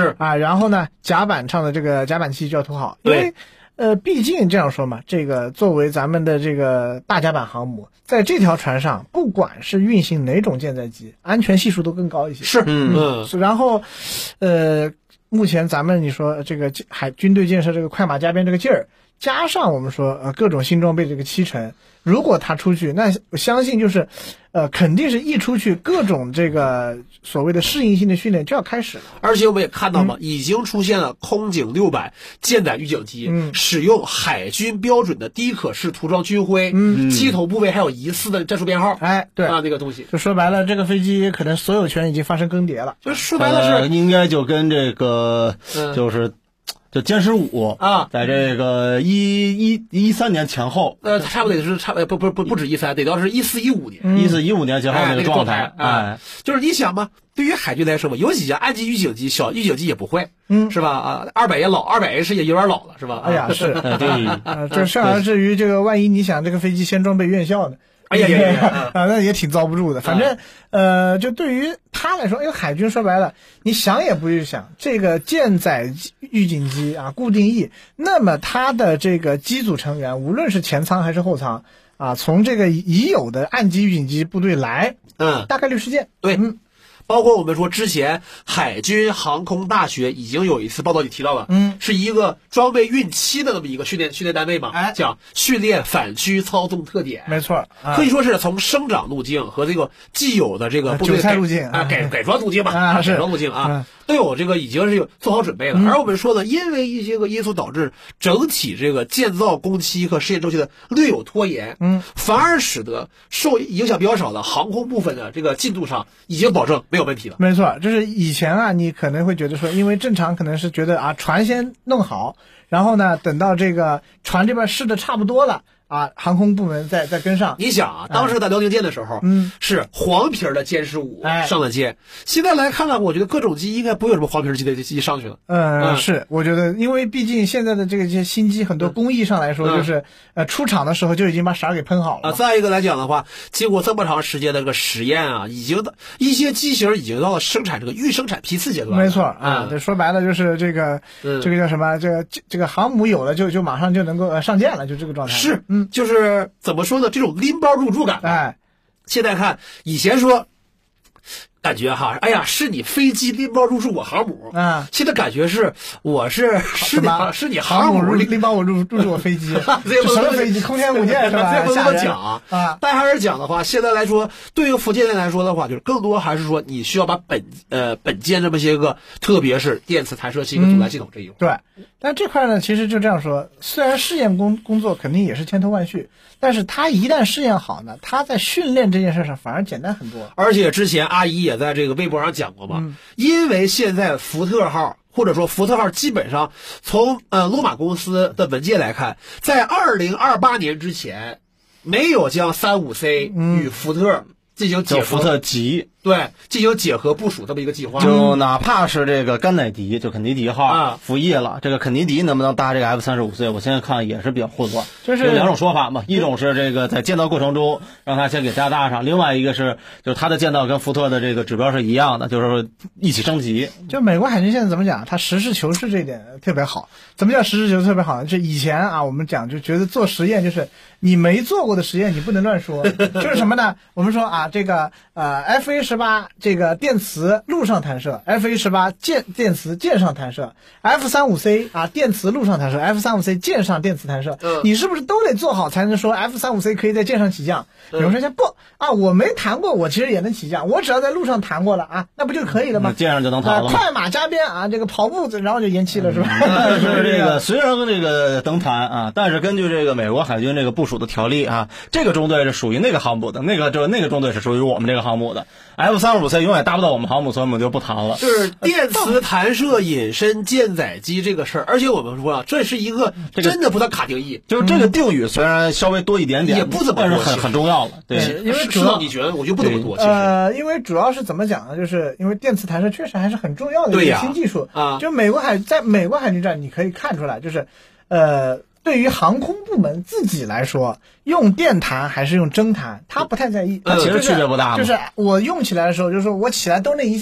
是啊，然后呢，甲板上的这个甲板气就要涂好，因为呃，毕竟这样说嘛，这个作为咱们的这个大甲板航母，在这条船上，不管是运行哪种舰载机，安全系数都更高一些。 是， 嗯嗯， 然后，呃，目前咱们你说这个海军队建设这个快马加鞭这个劲儿，加上我们说呃各种新装备这个七成，如果他出去，那我相信就是，呃，肯定是一出去各种这个所谓的适应性的训练就要开始了。 而且我们也看到嘛，嗯、已经出现了空警六百舰载预警机， 嗯， 使用海军标准的低可视涂装军徽，嗯，机头部位还有疑似的战术编号， 哎，对啊，那个东西， 就说白了，这个飞机可能所有权已经发生更迭了。 就是说白了是、 呃、应该就跟这个、 嗯、 就是。就歼十五啊， 在这个一一一三年前后， 呃，差不多也是差不不不不止一三，得到是一四一五年， 一四一五年前后那个状态， 哎，哎就是你想嘛，对于海军来说嘛，有几架岸基预警机，小预警机也不坏， 嗯， 是吧？啊，二百也老，二百 H 也有点老了，是吧？ 哎呀，是， 对， 啊，这甚而至于这个，万一你想这个飞机先装备院校呢？ 哎呀呀呀！ 啊，那也挺遭不住的。反正，呃，就对于他来说，因为海军说白了，你想也不去想，这个舰载预警机啊，固定翼，那么它的这个机组成员，无论是前舱还是后舱啊，从这个已有的岸基预警机部队来， 嗯， 大概率事件， 对， 嗯。 包括我们说之前海军航空大学已经有一次报道里提到了， 嗯， 是一个装备运七的那么一个训练训练单位嘛， 哎， 讲训练反驱操纵特点， 没错， 啊、可以说是从生长路径和这个既有的这个部队韭菜路径啊改改装路径吧， 啊是改装路径啊。 嗯都有这个已经是有做好准备了， 嗯、 而我们说呢，因为一些个因素导致整体这个建造工期和试验周期的略有拖延， 嗯， 反而使得受影响比较少的航空部分的这个进度上已经保证没有问题了。 没错，就是以前啊，你可能会觉得说，因为正常可能是觉得啊，船先弄好，然后呢，等到这个船这边试的差不多了。啊，航空部门再再跟上。 你想啊，当时在辽宁舰的时候， 嗯， 是黄皮的歼十五哎上了舰。现在来看呢，我觉得各种机应该不会有什么黄皮机的机上去了。 嗯， 嗯是，我觉得，因为毕竟现在的这个这些新机，很多工艺上来说， 嗯、 就是呃出厂的时候就已经把色儿给喷好了。 啊，再一个来讲的话，经过这么长时间的这个实验啊，已经一些机型已经到了生产这个预生产批次阶段了。 没错啊，这、嗯、说白了就是这个、嗯、这个叫什么？这个这个航母有了就就马上就能够呃上舰了，就这个状态。 是， 嗯， 就是。怎么说呢？这种拎包入住感， 哎， 现在看以前说，感觉哈，哎呀，是你飞机拎包入住我航母啊， 现在感觉是我是是你是你航母拎拎包我入入住我飞机， 这什么飞机？空天母舰是吧？ 这不这么讲啊。 但还是讲的话，现在来说，对于福建舰来说的话，就是更多还是说你需要把本呃本舰这么些个，特别是电磁弹射器跟阻拦系统这一块、 嗯。对，但这块呢，其实就这样说，虽然试验工工作肯定也是千头万绪，但是它一旦试验好呢，它在训练这件事上反而简单很多。 而且之前阿姨也在这个微博上讲过嘛， 嗯、 因为现在福特号或者说福特号基本上从呃罗马公司的文件来看，在二零二八年之前没有将三五 C 与福特进行结合， 福特级。 对，进行结合部署这么一个计划， 就哪怕是这个甘乃迪，就肯尼迪号啊服役了，这个肯尼迪能不能搭这个 F 三十五 C？我现在看也是比较混乱， 就是有两种说法嘛，一种是这个在建造过程中让他先给加大上，另外一个是就是他的建造跟福特的这个指标是一样的，就是一起升级。 就美国海军现在怎么讲？他实事求是这一点特别好。怎么叫实事求是特别好呢？就以前啊，我们讲就觉得做实验就是你没做过的实验你不能乱说，就是什么呢？我们说啊，这个呃 F A 十八这个电磁陆上弹射 ，F A 十八舰电磁舰上弹射 ，F 三五 C 啊电磁陆上弹射 ，F 三五 C 舰上电磁弹射， 嗯、 你是不是都得做好才能说 F 三五 C 可以在舰上起降？ 嗯、 有人说不啊，我没弹过，我其实也能起降，我只要在陆上弹过了啊，那不就可以了吗？ 舰上就能弹了、 呃，快马加鞭啊，这个跑步然后就延期了是吧？ 但是这个虽然这个能弹啊，但是根据这个美国海军这个部署的条例啊，这个中队是属于那个航母的，那个就那个中队是属于我们这个航母的。F 三十五 C 永远达不到我们航母，所以我们就不谈了。 就是电磁弹射隐身舰载机这个事儿，而且我们说啊，这是一个真的不算卡定义， 就是这个定语虽然稍微多一点点， 也不怎么多， 但是很很重要了。对， 因为主要你觉得我就不怎么多。其实呃，因为主要是怎么讲呢？就是因为电磁弹射确实还是很重要的一个新技术啊。 就美国海在美国海军战，你可以看出来，就是呃。对于航空部门自己来说，用电弹还是用真弹，他不太在意。 它其实区别不大嘛。 就是我用起来的时候，就是说我起来都那一下，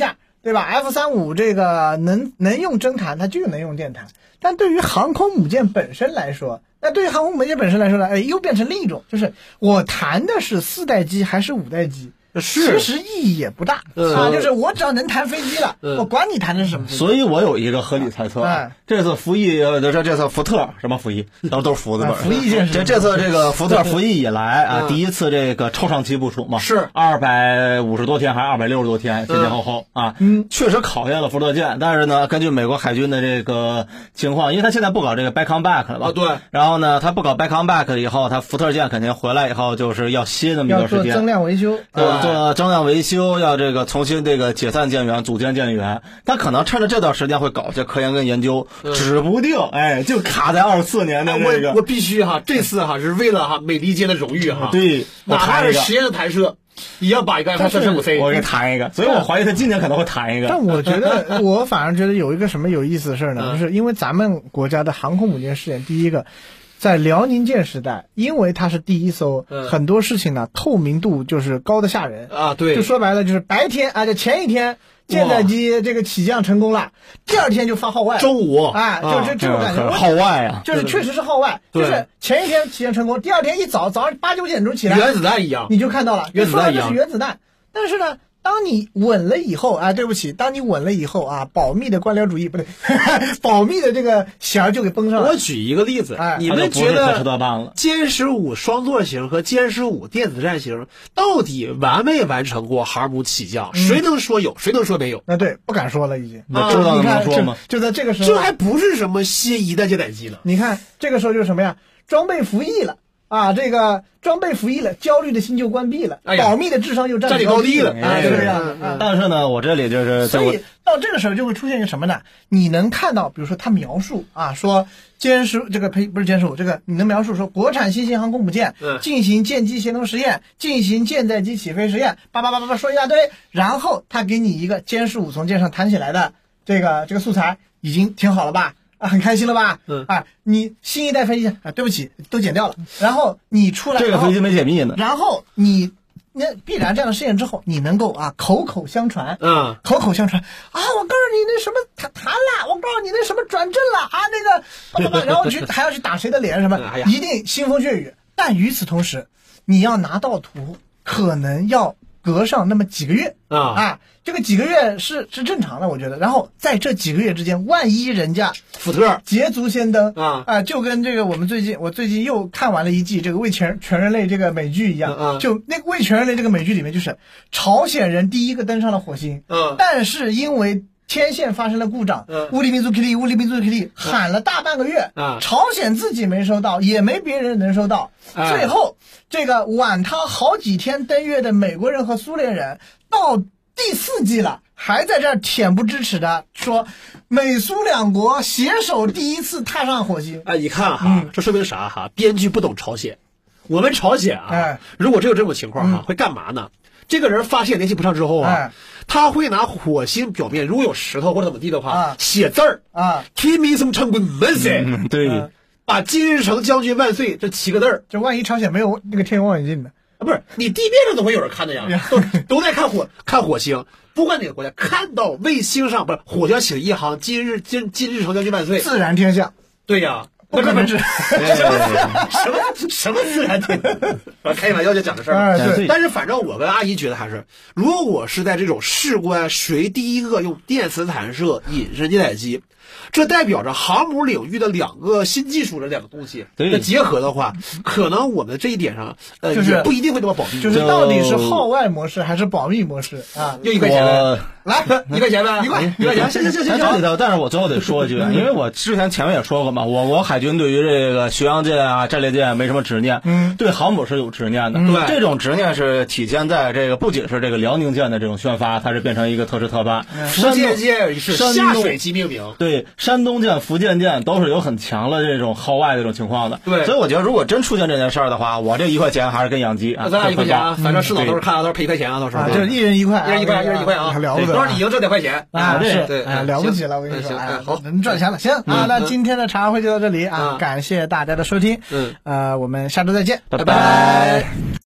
对吧 ？F 三十五这个能能用针弹，它就能用电弹。但对于航空母舰本身来说，那对于航空母舰本身来说呢，哎，又变成另一种，就是我弹的是四代机还是五代机？ 是， 其实意义也不大、 嗯、 啊，就是我只要能弹飞机了，嗯、我管你弹的是什么飞机。 所以我有一个合理猜测， 哎、 这次服役，呃，这这次福特什么服役，都都是福字本。 服役舰这这次这个福特服役以来啊， 嗯、 第一次这个超长期部署嘛， 是二百五十多天还是二百六十多天，前前后后、嗯、啊，嗯，确实考验了福特舰。但是呢，根据美国海军的这个情况，因为他现在不搞这个 back on back 了吧？ 啊，对。 然后呢，他不搞 back on back 以后，他福特舰肯定回来以后就是要歇那么一段时间， 要做增量维修， 对，做增量维修。修要这个重新这个解散舰员、组建舰员，他可能趁着这段时间会搞一些科研跟研究，嗯、指不定哎就卡在二四年的这个。 我我必须哈，这次哈是为了哈美利坚的荣誉哈， 对， 哪怕是实验的弹射，也要把一个 F 三十五 C 我给弹一个，所以我怀疑他今年可能会弹一个。 但我觉得，我反而觉得有一个什么有意思的事儿呢，嗯、就是因为咱们国家的航空母舰试验，第一个。在辽宁舰时代，因为它是第一艘，嗯、很多事情呢透明度就是高的吓人啊。对， 就说白了就是白天啊，就前一天舰载机这个起降成功了，第二天就发号外。 中午啊，就这这种感觉。 号外啊， 就是确实是号外，就是前一天起降成功，第二天一早早上八九点钟起来， 原子弹一样， 你就看到了， 原子弹一样， 是原子弹。但是呢。当你稳了以后啊，对不起，当你稳了以后啊，保密的官僚主义不对，保密的这个弦儿就给绷上了。 我举一个例子， 哎、 你们觉得歼十五双座型和歼十五电子战型到底完没完成过航母起降？嗯、谁能说有？谁能说没有？ 那对，不敢说了，已经。 那知道能说吗？ 就在这个时候， 这还不是什么新一代舰载机呢？ 你看这个时候就是什么呀？装备服役了。啊，这个装备服役了，焦虑的心就关闭了， 哎、 保密的智商又站立高地了， 啊，就这样的。 嗯、但是呢，我这里就是， 所以到这个时候就会出现一个什么呢？你能看到，比如说他描述啊，说歼十这个呸不是歼十五，这个你能描述说国产新型航空母舰进行舰机协同实验，进行舰载机起飞实验，叭叭叭叭叭说一大堆，然后他给你一个歼十五从舰上弹起来的这个这个素材，已经挺好了吧？啊，很开心了吧？ 嗯啊，你新一代飞机啊，对不起，都剪掉了。然后你出来， 这个飞机没解密呢。 然后你那必然这样的试验之后，你能够啊口口相传， 嗯， 口口相传啊，我告诉你那什么弹弹了，我告诉你那什么转正了啊，那个，然后去还要去打谁的脸什么， 哎呀， 一定腥风血雨。但与此同时，你要拿到图，可能要隔上那么几个月啊啊。这个几个月是是正常的，我觉得。然后在这几个月之间，万一人家福特捷足先登啊啊，就跟这个我们最近我最近又看完了一季这个为全全人类这个美剧一样， 嗯嗯、 就那个为全人类这个美剧里面，就是朝鲜人第一个登上了火星， 嗯， 但是因为天线发生了故障， 嗯， 乌里民族 K 利乌里民族 K 利喊了大半个月， 啊、嗯， 朝鲜自己没收到，也没别人能收到， 嗯、 最后这个晚他好几天登月的美国人和苏联人到第四季了。还在这儿恬不知耻的说，美苏两国携手第一次踏上火星。 哎，你看哈， 嗯、 这说明啥哈？编剧不懂朝鲜。我们朝鲜啊， 哎、 如果真有这种情况哈， 嗯、 会干嘛呢？这个人发现联系不上之后啊， 哎、 他会拿火星表面如果有石头或者怎么地的话， 啊、 写字儿啊 ，Kim Il Sung昌军万岁， 嗯，对， 嗯、 把金日成将军万岁这七个字儿， 这万一朝鲜没有那个天文望远镜呢？ 啊，不是，你地面上总会有人看的呀，都都在看火看火星，不管哪个国家看到卫星上不是火星写一行今日今今日成将军万岁， 自然天象。 对呀， 不可能是什么什么自然天象，开玩笑就讲这事儿。 哎，对。 但是反正我跟阿姨觉得还是，如果是在这种事关谁第一个用电磁弹射隐身舰载机。这代表着航母领域的两个新技术的两个东西的结合的话，可能我们这一点上，呃， 就是也不一定会那么保密。 就是到底是号外模式还是保密模式啊？ 又一块钱呗， 来一块钱呗， 一块一块钱，行行行行行。 这里头，但是我最后得说一句，因为我之前前面也说过嘛，我国海军对于这个巡洋舰啊、战列舰没什么执念， 嗯， 对航母是有执念的。 对， 这种执念是体现在这个不仅是这个辽宁舰的这种宣发，它是变成一个特事特办。 福建舰是下水机命名， 对，山东舰、福建舰都是有很强的这种号外的这种情况的。 对， 所以我觉得如果真出现这件事儿的话，我这一块钱还是跟养鸡啊， 咱俩一块钱啊，反正是老头看啊，都是赔一块钱啊，到时候就是一人一块， 一人一块，一人一块啊， 了不得， 都是你赢这点块钱啊， 是， 对，哎，了不起了，我跟你说，哎， 好， 能赚钱了。行啊，那今天的茶话会就到这里啊，感谢大家的收听， 嗯， 呃，我们下周再见， 拜拜。